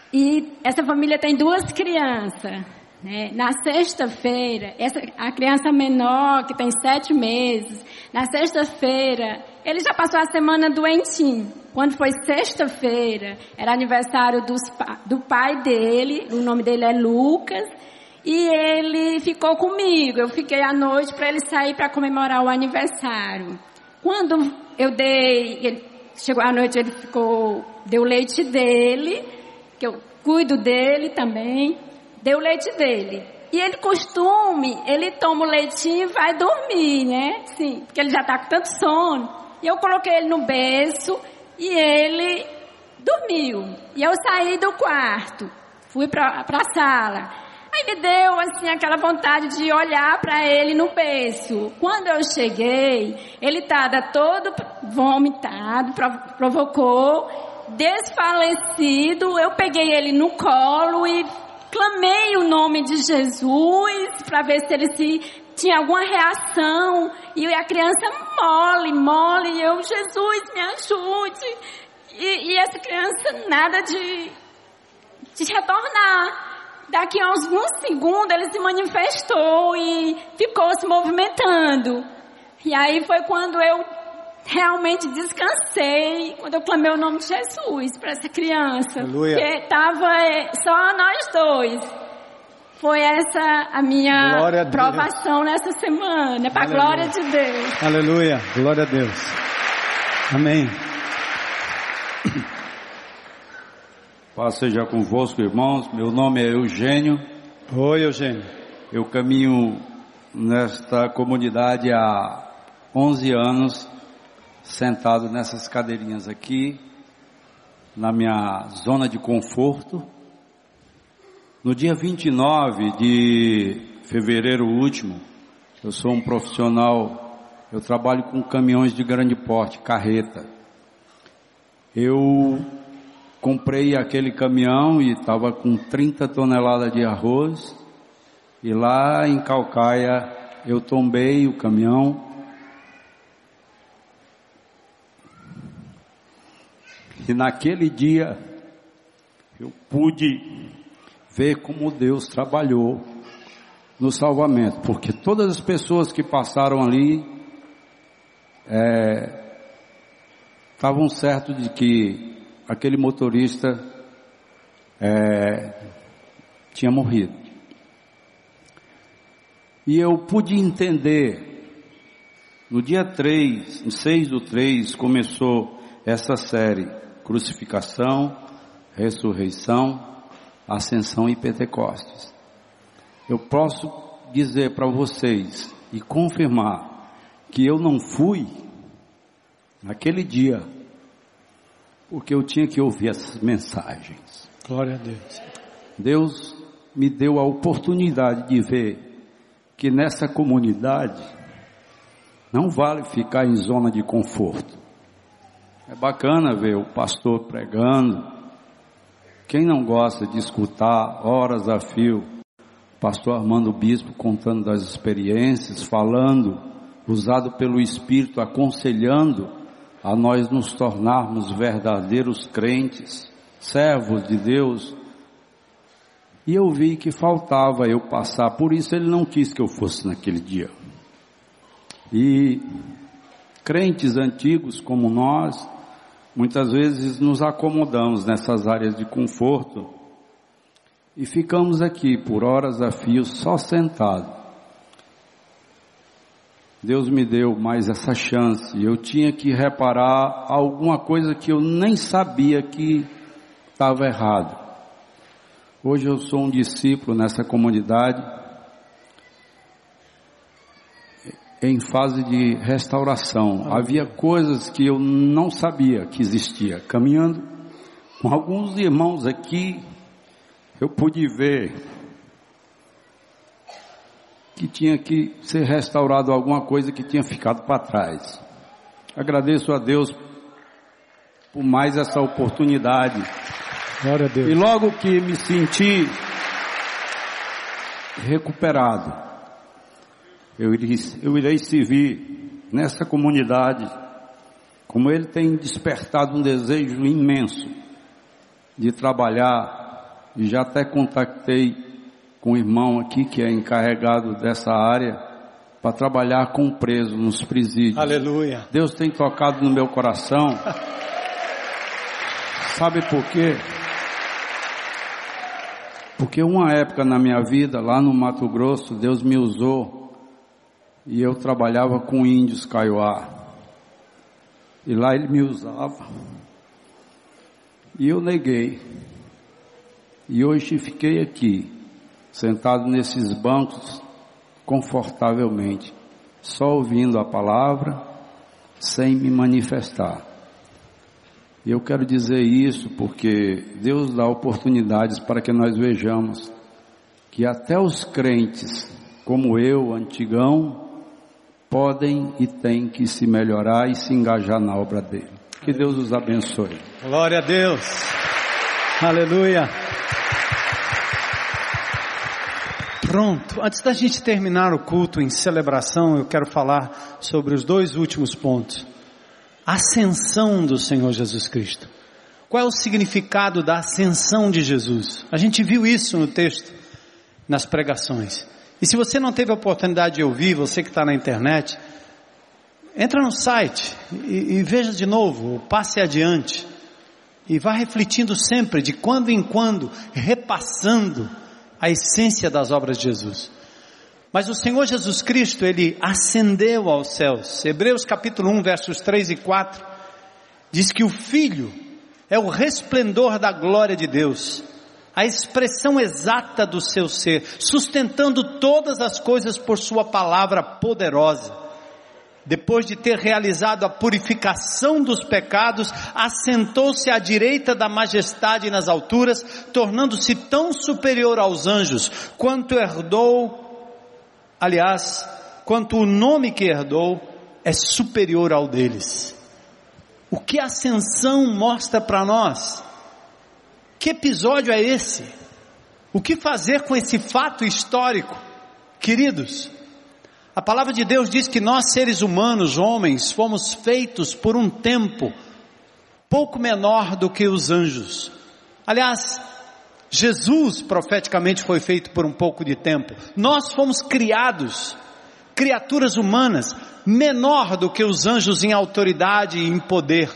E essa família tem 2 crianças, né? Na sexta-feira, a criança menor, que tem 7 meses, na sexta-feira, ele já passou a semana doentinho. Quando foi sexta-feira, era aniversário do pai dele, o nome dele é Lucas, e ele ficou comigo. Eu fiquei à noite para ele sair para comemorar o aniversário. Quando chegou à noite, ele deu o leite dele, que eu cuido dele também, deu o leite dele. E ele ele toma o leitinho e vai dormir, né? Sim, porque ele já está com tanto sono. E eu coloquei ele no berço e ele dormiu. E eu saí do quarto, fui para a sala. Aí me deu, assim, aquela vontade de olhar para ele no berço. Quando eu cheguei, ele estava todo vomitado, provocou, desfalecido. Eu peguei ele no colo e clamei o nome de Jesus para ver se ele tinha alguma reação. E a criança mole, e eu, Jesus, me ajude. E essa criança nada de retornar. Daqui a alguns segundos ele se manifestou e ficou se movimentando. E aí foi quando eu realmente descansei, quando eu clamei o nome de Jesus para essa criança. Aleluia. Porque estava só nós 2. Foi essa a minha provação nessa semana, para a glória de Deus. Aleluia, glória a Deus. Amém. Paz seja convosco, irmãos. Meu nome é Eugênio. Oi, Eugênio. Eu caminho nesta comunidade há 11 anos, sentado nessas cadeirinhas aqui, na minha zona de conforto. No dia 29 de fevereiro último, eu sou um profissional, eu trabalho com caminhões de grande porte, carreta. Eu comprei aquele caminhão e estava com 30 toneladas de arroz, e lá em Calcaia eu tombei o caminhão. E naquele dia eu pude ver como Deus trabalhou no salvamento, porque todas as pessoas que passaram ali estavam certos de que aquele motorista tinha morrido. E eu pude entender, no dia 6/3, começou essa série, crucificação, ressurreição, ascensão e Pentecostes. Eu posso dizer para vocês e confirmar que eu não fui naquele dia porque eu tinha que ouvir essas mensagens. Glória a Deus. Deus me deu a oportunidade de ver que nessa comunidade não vale ficar em zona de conforto. É bacana ver o pastor pregando. Quem não gosta de escutar horas a fio o pastor Armando Bispo contando das experiências, falando, usado pelo Espírito, aconselhando a nós nos tornarmos verdadeiros crentes, servos de Deus. E eu vi que faltava eu passar, por isso ele não quis que eu fosse naquele dia. E crentes antigos como nós, muitas vezes nos acomodamos nessas áreas de conforto e ficamos aqui por horas a fio só sentado. Deus me deu mais essa chance. Eu tinha que reparar alguma coisa que eu nem sabia que estava errado. Hoje eu sou um discípulo nessa comunidade, em fase de restauração. Havia coisas que eu não sabia que existia. Caminhando com alguns irmãos aqui, eu pude ver que tinha que ser restaurado alguma coisa que tinha ficado para trás. Agradeço a Deus por mais essa oportunidade. Glória a Deus. E logo que me senti recuperado, eu irei servir nessa comunidade, como ele tem despertado um desejo imenso de trabalhar e já até contactei com um irmão aqui que é encarregado dessa área para trabalhar com preso nos presídios. Aleluia. Deus tem tocado no meu coração. Sabe por quê? Porque uma época na minha vida, lá no Mato Grosso, Deus me usou e eu trabalhava com índios Kaiowá. E lá ele me usava. E eu neguei. E hoje fiquei aqui, sentado nesses bancos, confortavelmente, só ouvindo a palavra, sem me manifestar. E eu quero dizer isso porque Deus dá oportunidades para que nós vejamos que até os crentes, como eu, antigão, podem e têm que se melhorar e se engajar na obra dele. Que Deus os abençoe. Glória a Deus. Aleluia. Pronto. Antes da gente terminar o culto em celebração, eu quero falar sobre os 2 últimos pontos. Ascensão do Senhor Jesus Cristo. Qual é o significado da ascensão de Jesus? A gente viu isso no texto, nas pregações. E se você não teve a oportunidade de ouvir, você que está na internet, entra no site e veja de novo, passe adiante. E vá refletindo sempre, de quando em quando, repassando a essência das obras de Jesus. Mas o Senhor Jesus Cristo, Ele ascendeu aos céus. Hebreus capítulo 1, versos 3 e 4, diz que o Filho é o resplendor da glória de Deus, a expressão exata do seu ser, sustentando todas as coisas por sua palavra poderosa. Depois de ter realizado a purificação dos pecados, assentou-se à direita da majestade nas alturas, tornando-se tão superior aos anjos, quanto o nome que herdou é superior ao deles. O que a ascensão mostra para nós? Que episódio é esse? O que fazer com esse fato histórico? Queridos, a palavra de Deus diz que nós seres humanos, homens, fomos feitos por um tempo pouco menor do que os anjos. Aliás, Jesus profeticamente foi feito por um pouco de tempo. Nós fomos criados, criaturas humanas, menor do que os anjos em autoridade e em poder.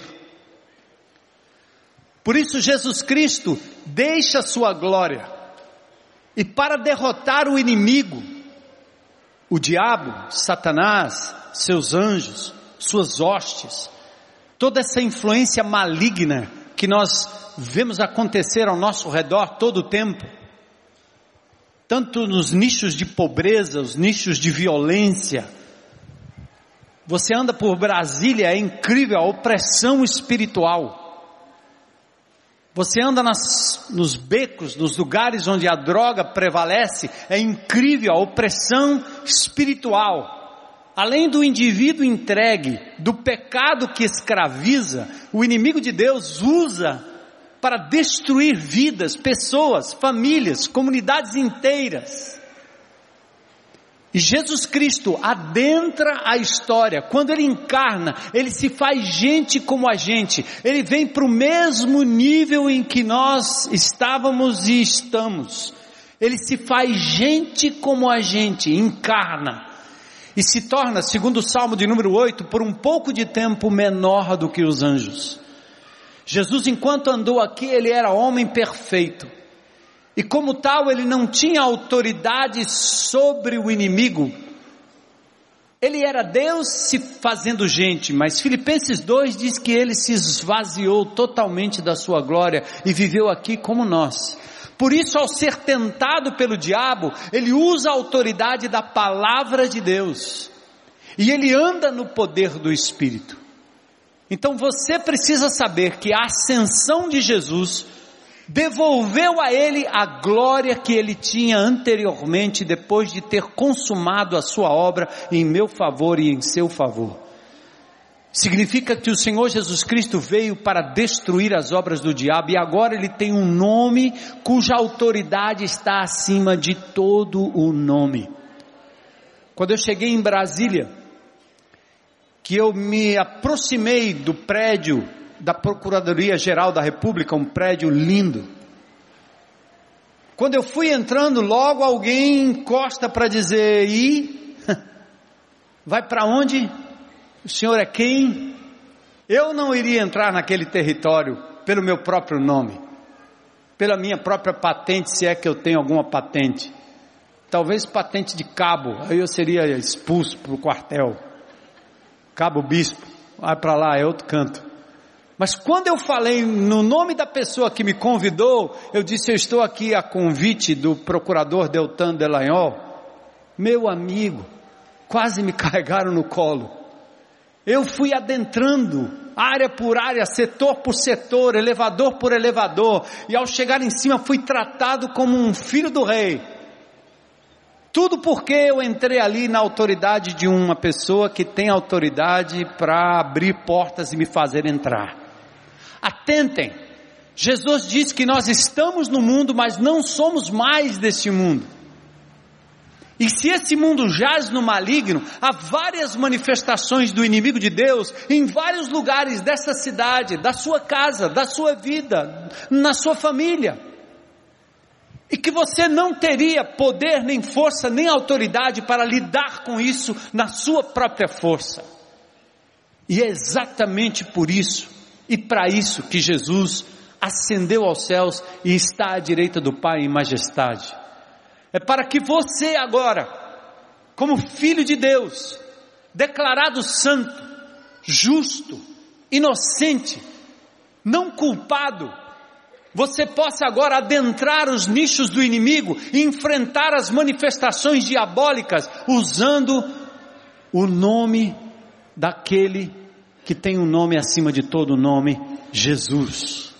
Por isso Jesus Cristo deixa a sua glória, e para derrotar o inimigo, o diabo, Satanás, seus anjos, suas hostes, toda essa influência maligna que nós vemos acontecer ao nosso redor todo o tempo, tanto nos nichos de pobreza, os nichos de violência. Você anda por Brasília, é incrível a opressão espiritual. Você anda nos becos, nos lugares onde a droga prevalece, é incrível a opressão espiritual. Além do indivíduo entregue, do pecado que escraviza, o inimigo de Deus usa para destruir vidas, pessoas, famílias, comunidades inteiras. E Jesus Cristo adentra a história. Quando Ele encarna, Ele se faz gente como a gente. Ele vem para o mesmo nível em que nós estávamos e estamos. Ele se faz gente como a gente, encarna. E se torna, segundo o Salmo de número 8, por um pouco de tempo menor do que os anjos. Jesus, enquanto andou aqui, Ele era homem perfeito. E como tal, Ele não tinha autoridade sobre o inimigo. Ele era Deus se fazendo gente, mas Filipenses 2 diz que Ele se esvaziou totalmente da sua glória e viveu aqui como nós. Por isso, ao ser tentado pelo diabo, Ele usa a autoridade da palavra de Deus. E Ele anda no poder do Espírito. Então você precisa saber que a ascensão de Jesus devolveu a Ele a glória que Ele tinha anteriormente, depois de ter consumado a sua obra em meu favor e em seu favor. Significa que o Senhor Jesus Cristo veio para destruir as obras do diabo, e agora Ele tem um nome cuja autoridade está acima de todo o nome. Quando eu cheguei em Brasília, que eu me aproximei do prédio da Procuradoria Geral da República, um prédio lindo, Quando eu fui entrando, logo alguém encosta para dizer: e vai para onde? O senhor é quem? Eu não iria entrar naquele território pelo meu próprio nome, pela minha própria patente, se é que eu tenho alguma patente. Talvez patente de cabo, aí eu seria expulso para o quartel. Cabo bispo, vai para lá, é outro canto. Mas quando eu falei no nome da pessoa que me convidou, eu disse: eu estou aqui a convite do procurador Deltan Delagnol. Meu amigo, quase me carregaram no colo. Eu fui adentrando, área por área, setor por setor, elevador por elevador, e ao chegar em cima fui tratado como um filho do rei. Tudo porque eu entrei ali na autoridade de uma pessoa que tem autoridade para abrir portas e me fazer entrar. Atentem, Jesus disse que nós estamos no mundo, mas não somos mais deste mundo. E se esse mundo jaz no maligno, há várias manifestações do inimigo de Deus em vários lugares dessa cidade, da sua casa, da sua vida, na sua família. E que você não teria poder, nem força, nem autoridade para lidar com isso na sua própria força. E é exatamente por isso e para isso que Jesus ascendeu aos céus e está à direita do Pai em majestade. É para que você agora, como filho de Deus, declarado santo, justo, inocente, não culpado, você possa agora adentrar os nichos do inimigo e enfrentar as manifestações diabólicas usando o nome daquele que tem um nome acima de todo nome: Jesus.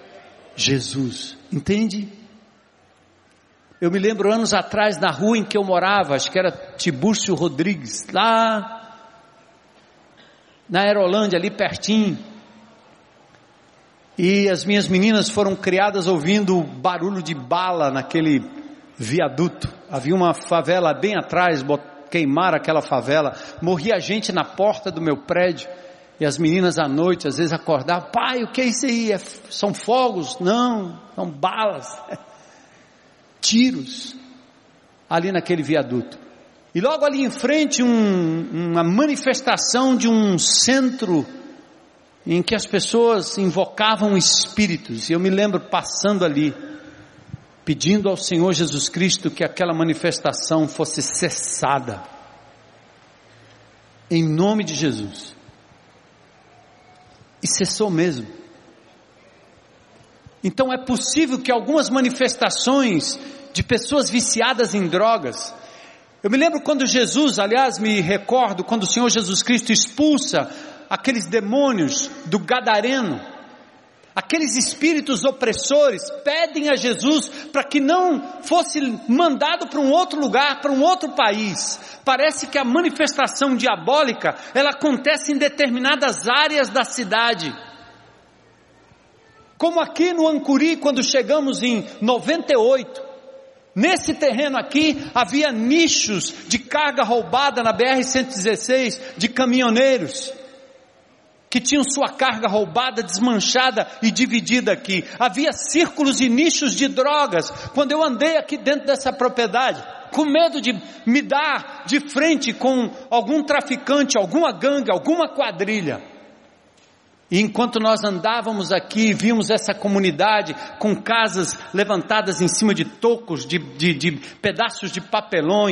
Jesus, entende? Eu me lembro anos atrás, na rua em que eu morava, acho que era Tibúrcio Rodrigues, lá na Aerolândia, ali pertinho. E as minhas meninas foram criadas ouvindo barulho de bala naquele viaduto. Havia uma favela bem atrás, queimaram aquela favela, morria gente na porta do meu prédio. E as meninas à noite, às vezes acordavam: pai, o que é isso aí? São fogos? Não, são balas. Tiros ali naquele viaduto. E logo ali em frente uma manifestação de um centro em que as pessoas invocavam espíritos. E eu me lembro passando ali, pedindo ao Senhor Jesus Cristo que aquela manifestação fosse cessada, em nome de Jesus. E cessou mesmo. Então é possível que algumas manifestações de pessoas viciadas em drogas. Eu me lembro quando Jesus, aliás, me recordo quando o Senhor Jesus Cristo expulsa aqueles demônios do Gadareno, aqueles espíritos opressores pedem a Jesus para que não fosse mandado para um outro lugar, para um outro país. Parece que a manifestação diabólica, ela acontece em determinadas áreas da cidade. Como aqui no Ancuri, quando chegamos em 98, nesse terreno aqui havia nichos de carga roubada na BR-116, de caminhoneiros, que tinham sua carga roubada, desmanchada e dividida aqui. Havia círculos e nichos de drogas. Quando eu andei aqui dentro dessa propriedade, com medo de me dar de frente com algum traficante, alguma gangue, alguma quadrilha. E enquanto nós andávamos aqui, vimos essa comunidade com casas levantadas em cima de tocos, de pedaços de papelão,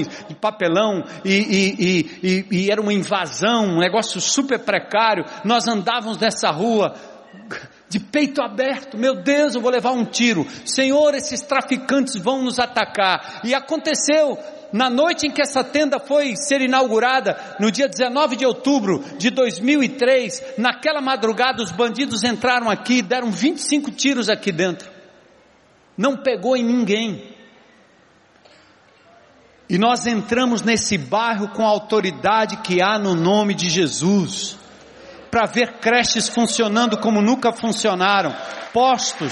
e era uma invasão, um negócio super precário. Nós andávamos nessa rua de peito aberto: meu Deus, eu vou levar um tiro, Senhor, esses traficantes vão nos atacar. E aconteceu. Na noite em que essa tenda foi ser inaugurada, no dia 19 de outubro de 2003, naquela madrugada os bandidos entraram aqui, deram 25 tiros aqui dentro. Não pegou em ninguém. E nós entramos nesse bairro com a autoridade que há no nome de Jesus, para ver creches funcionando como nunca funcionaram, postos,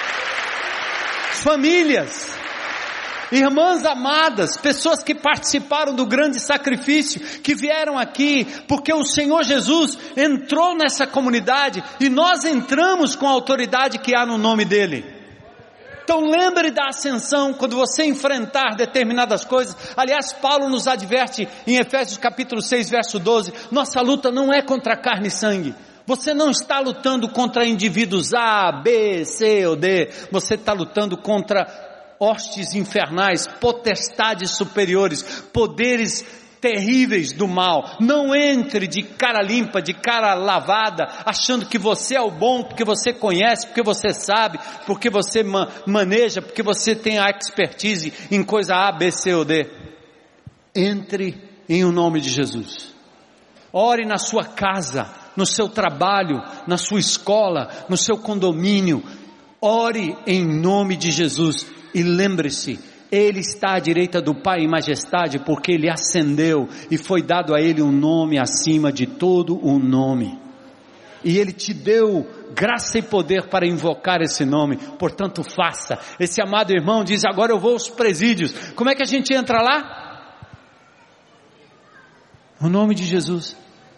famílias, irmãs amadas, pessoas que participaram do grande sacrifício, que vieram aqui, porque o Senhor Jesus entrou nessa comunidade, e nós entramos com a autoridade que há no nome dEle. Então lembre da ascensão quando você enfrentar determinadas coisas. Aliás, Paulo nos adverte em Efésios capítulo 6, verso 12, nossa luta não é contra carne e sangue. Você não está lutando contra indivíduos A, B, C ou D, você está lutando contra hostes infernais, potestades superiores, poderes terríveis do mal. Não entre de cara limpa, de cara lavada, achando que você é o bom, porque você conhece, porque você sabe, porque você maneja, porque você tem a expertise em coisa A, B, C ou D. Entre em o nome de Jesus. Ore na sua casa, no seu trabalho, na sua escola, no seu condomínio. Ore em nome de Jesus e lembre-se, Ele está à direita do Pai em majestade porque Ele ascendeu e foi dado a Ele um nome acima de todo o nome. E Ele te deu graça e poder para invocar esse nome, portanto faça. Esse amado irmão diz, agora eu vou aos presídios. Como é que a gente entra lá? O nome de Jesus.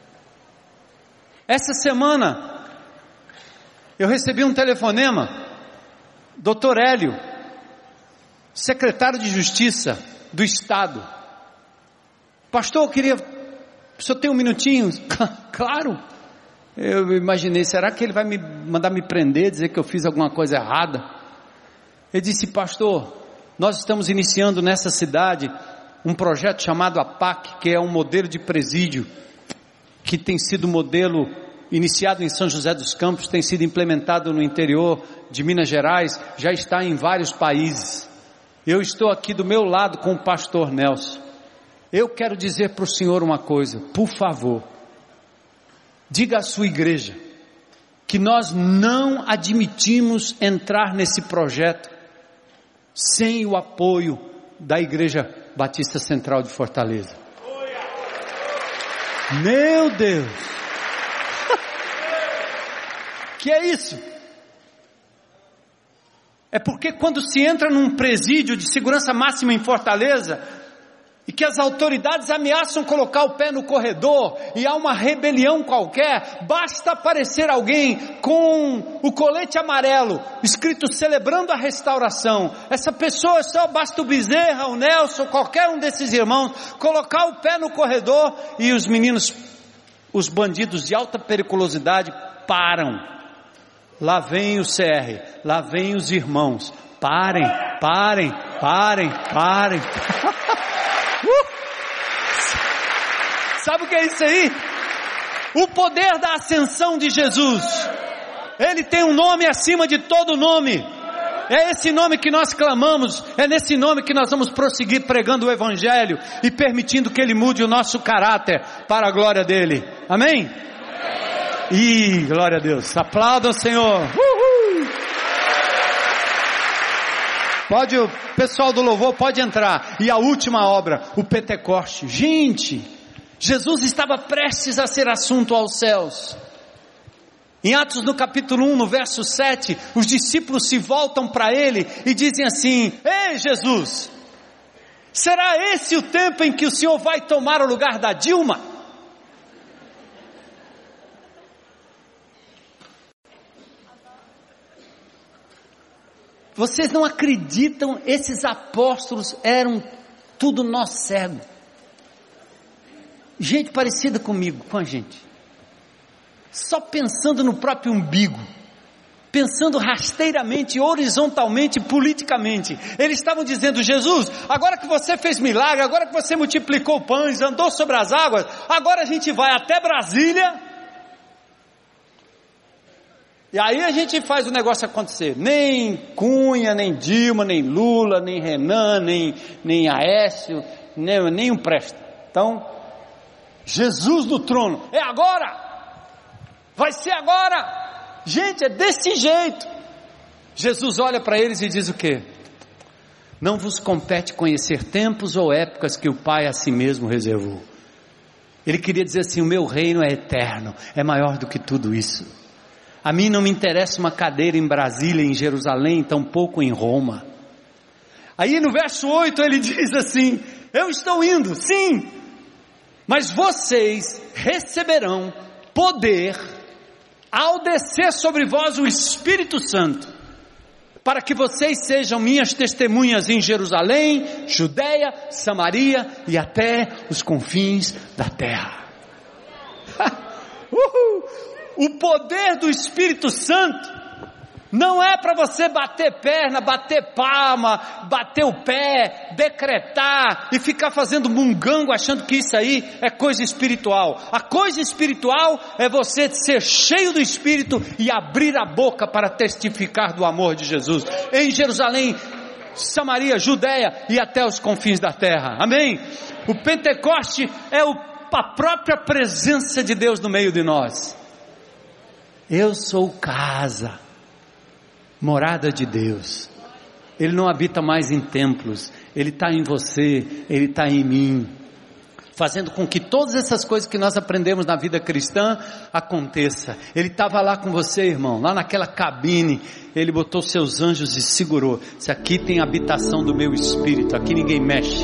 Essa semana, eu recebi um telefonema, Dr. Hélio, secretário de Justiça do Estado. Pastor, eu queria, o senhor tem um minutinho? Claro. Eu imaginei, será que ele vai me mandar me prender, dizer que eu fiz alguma coisa errada? Ele disse, pastor, nós estamos iniciando nessa cidade um projeto chamado APAC, que é um modelo de presídio, que tem sido modelo iniciado em São José dos Campos, tem sido implementado no interior de Minas Gerais, já está em vários países. Eu estou aqui do meu lado com o pastor Nelson. Eu quero dizer para o senhor uma coisa, por favor, diga à sua igreja, que nós não admitimos entrar nesse projeto, sem o apoio da Igreja Batista Central de Fortaleza. Meu Deus! Que é isso? É porque quando se entra num presídio de segurança máxima em Fortaleza, e que as autoridades ameaçam colocar o pé no corredor, e há uma rebelião qualquer, basta aparecer alguém com o colete amarelo, escrito celebrando a restauração. Essa pessoa, só basta o Bezerra, o Nelson, qualquer um desses irmãos, colocar o pé no corredor, e os meninos, os bandidos de alta periculosidade, param. Lá vem o CR, lá vem os irmãos, parem. Sabe o que é isso aí? O poder da ascensão de Jesus. Ele tem um nome acima de todo nome. É esse nome que nós clamamos, é nesse nome que nós vamos prosseguir pregando o Evangelho e permitindo que Ele mude o nosso caráter para a glória dEle. Amém? Ih, glória a Deus. Aplaudam o Senhor. Pode, o pessoal do louvor pode entrar. E a última obra, o Pentecoste. Gente, Jesus estava prestes a ser assunto aos céus. Em Atos no capítulo 1, no verso 7, os discípulos se voltam para Ele e dizem assim, ei Jesus, será esse o tempo em que o Senhor vai tomar o lugar da Dilma? Vocês não acreditam, esses apóstolos eram tudo nó cego. Gente parecida comigo, com a gente. Só pensando no próprio umbigo. Pensando rasteiramente, horizontalmente, politicamente. Eles estavam dizendo, Jesus, agora que você fez milagre, agora que você multiplicou pães, andou sobre as águas, agora a gente vai até Brasília. E aí a gente faz o negócio acontecer. Nem Cunha, nem Dilma, nem Lula, nem Renan, nem Aécio, nem um presta. Então, Jesus no trono, é agora! Vai ser agora! Gente, é desse jeito. Jesus olha para eles e diz o quê? Não vos compete conhecer tempos ou épocas que o Pai a si mesmo reservou. Ele queria dizer assim, o meu reino é eterno, é maior do que tudo isso. A mim não me interessa uma cadeira em Brasília, em Jerusalém, tampouco em Roma. Aí no verso 8 ele diz assim, eu estou indo, sim, mas vocês receberão poder ao descer sobre vós o Espírito Santo, para que vocês sejam minhas testemunhas em Jerusalém, Judeia, Samaria e até os confins da terra. O poder do Espírito Santo não é para você bater perna, bater palma, bater o pé, decretar e ficar fazendo mungango achando que isso aí é coisa espiritual. A coisa espiritual é você ser cheio do Espírito e abrir a boca para testificar do amor de Jesus em Jerusalém, Samaria, Judeia e até os confins da terra. Amém? O Pentecoste é a própria presença de Deus no meio de nós. Eu sou casa, morada de Deus. Ele não habita mais em templos, Ele está em você, Ele está em mim, fazendo com que todas essas coisas que nós aprendemos na vida cristã aconteça. Ele estava lá com você, irmão, lá naquela cabine, Ele botou seus anjos e segurou. Se aqui tem habitação do meu Espírito, aqui ninguém mexe.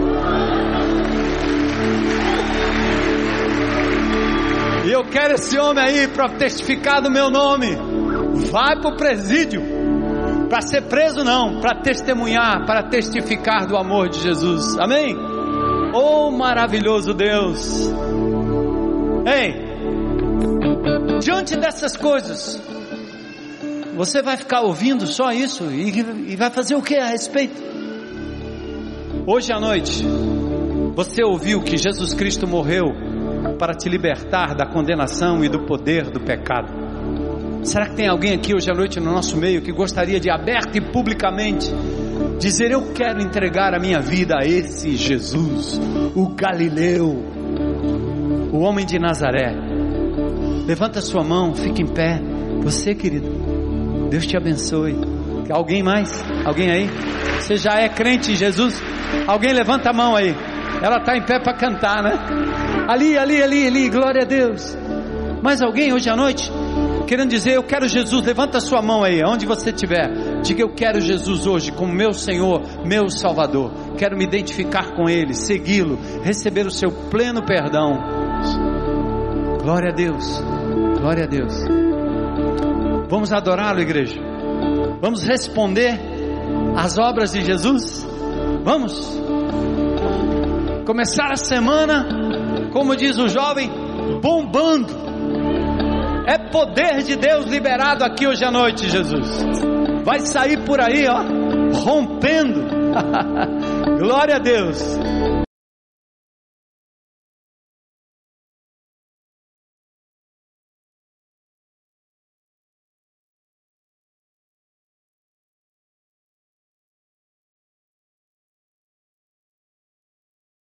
E eu quero esse homem aí para testificar do meu nome. Vai para o presídio, para ser preso não, para testemunhar, para testificar do amor de Jesus. Amém? Oh, maravilhoso Deus. Ei, diante dessas coisas, você vai ficar ouvindo só isso e vai fazer o que a respeito? Hoje à noite, você ouviu que Jesus Cristo morreu para te libertar da condenação e do poder do pecado. Será que tem alguém aqui hoje à noite no nosso meio que gostaria de aberto e publicamente dizer: eu quero entregar a minha vida a esse Jesus, o Galileu, o homem de Nazaré? Levanta sua mão, fique em pé. Você, querido, Deus te abençoe. Alguém mais? Alguém aí? Você já é crente em Jesus? Alguém levanta a mão aí. Ela está em pé para cantar, né? Ali, glória a Deus. Mais alguém hoje à noite querendo dizer: eu quero Jesus? Levanta a sua mão aí, onde você estiver. Diga: eu quero Jesus hoje como meu Senhor, meu Salvador. Quero me identificar com Ele, segui-lo, receber o seu pleno perdão. Glória a Deus, glória a Deus. Vamos adorá-lo, igreja. Vamos responder às obras de Jesus. Vamos começar a semana, como diz o jovem, bombando. É poder de Deus liberado aqui hoje à noite, Jesus. Vai sair por aí, ó, rompendo. Glória a Deus.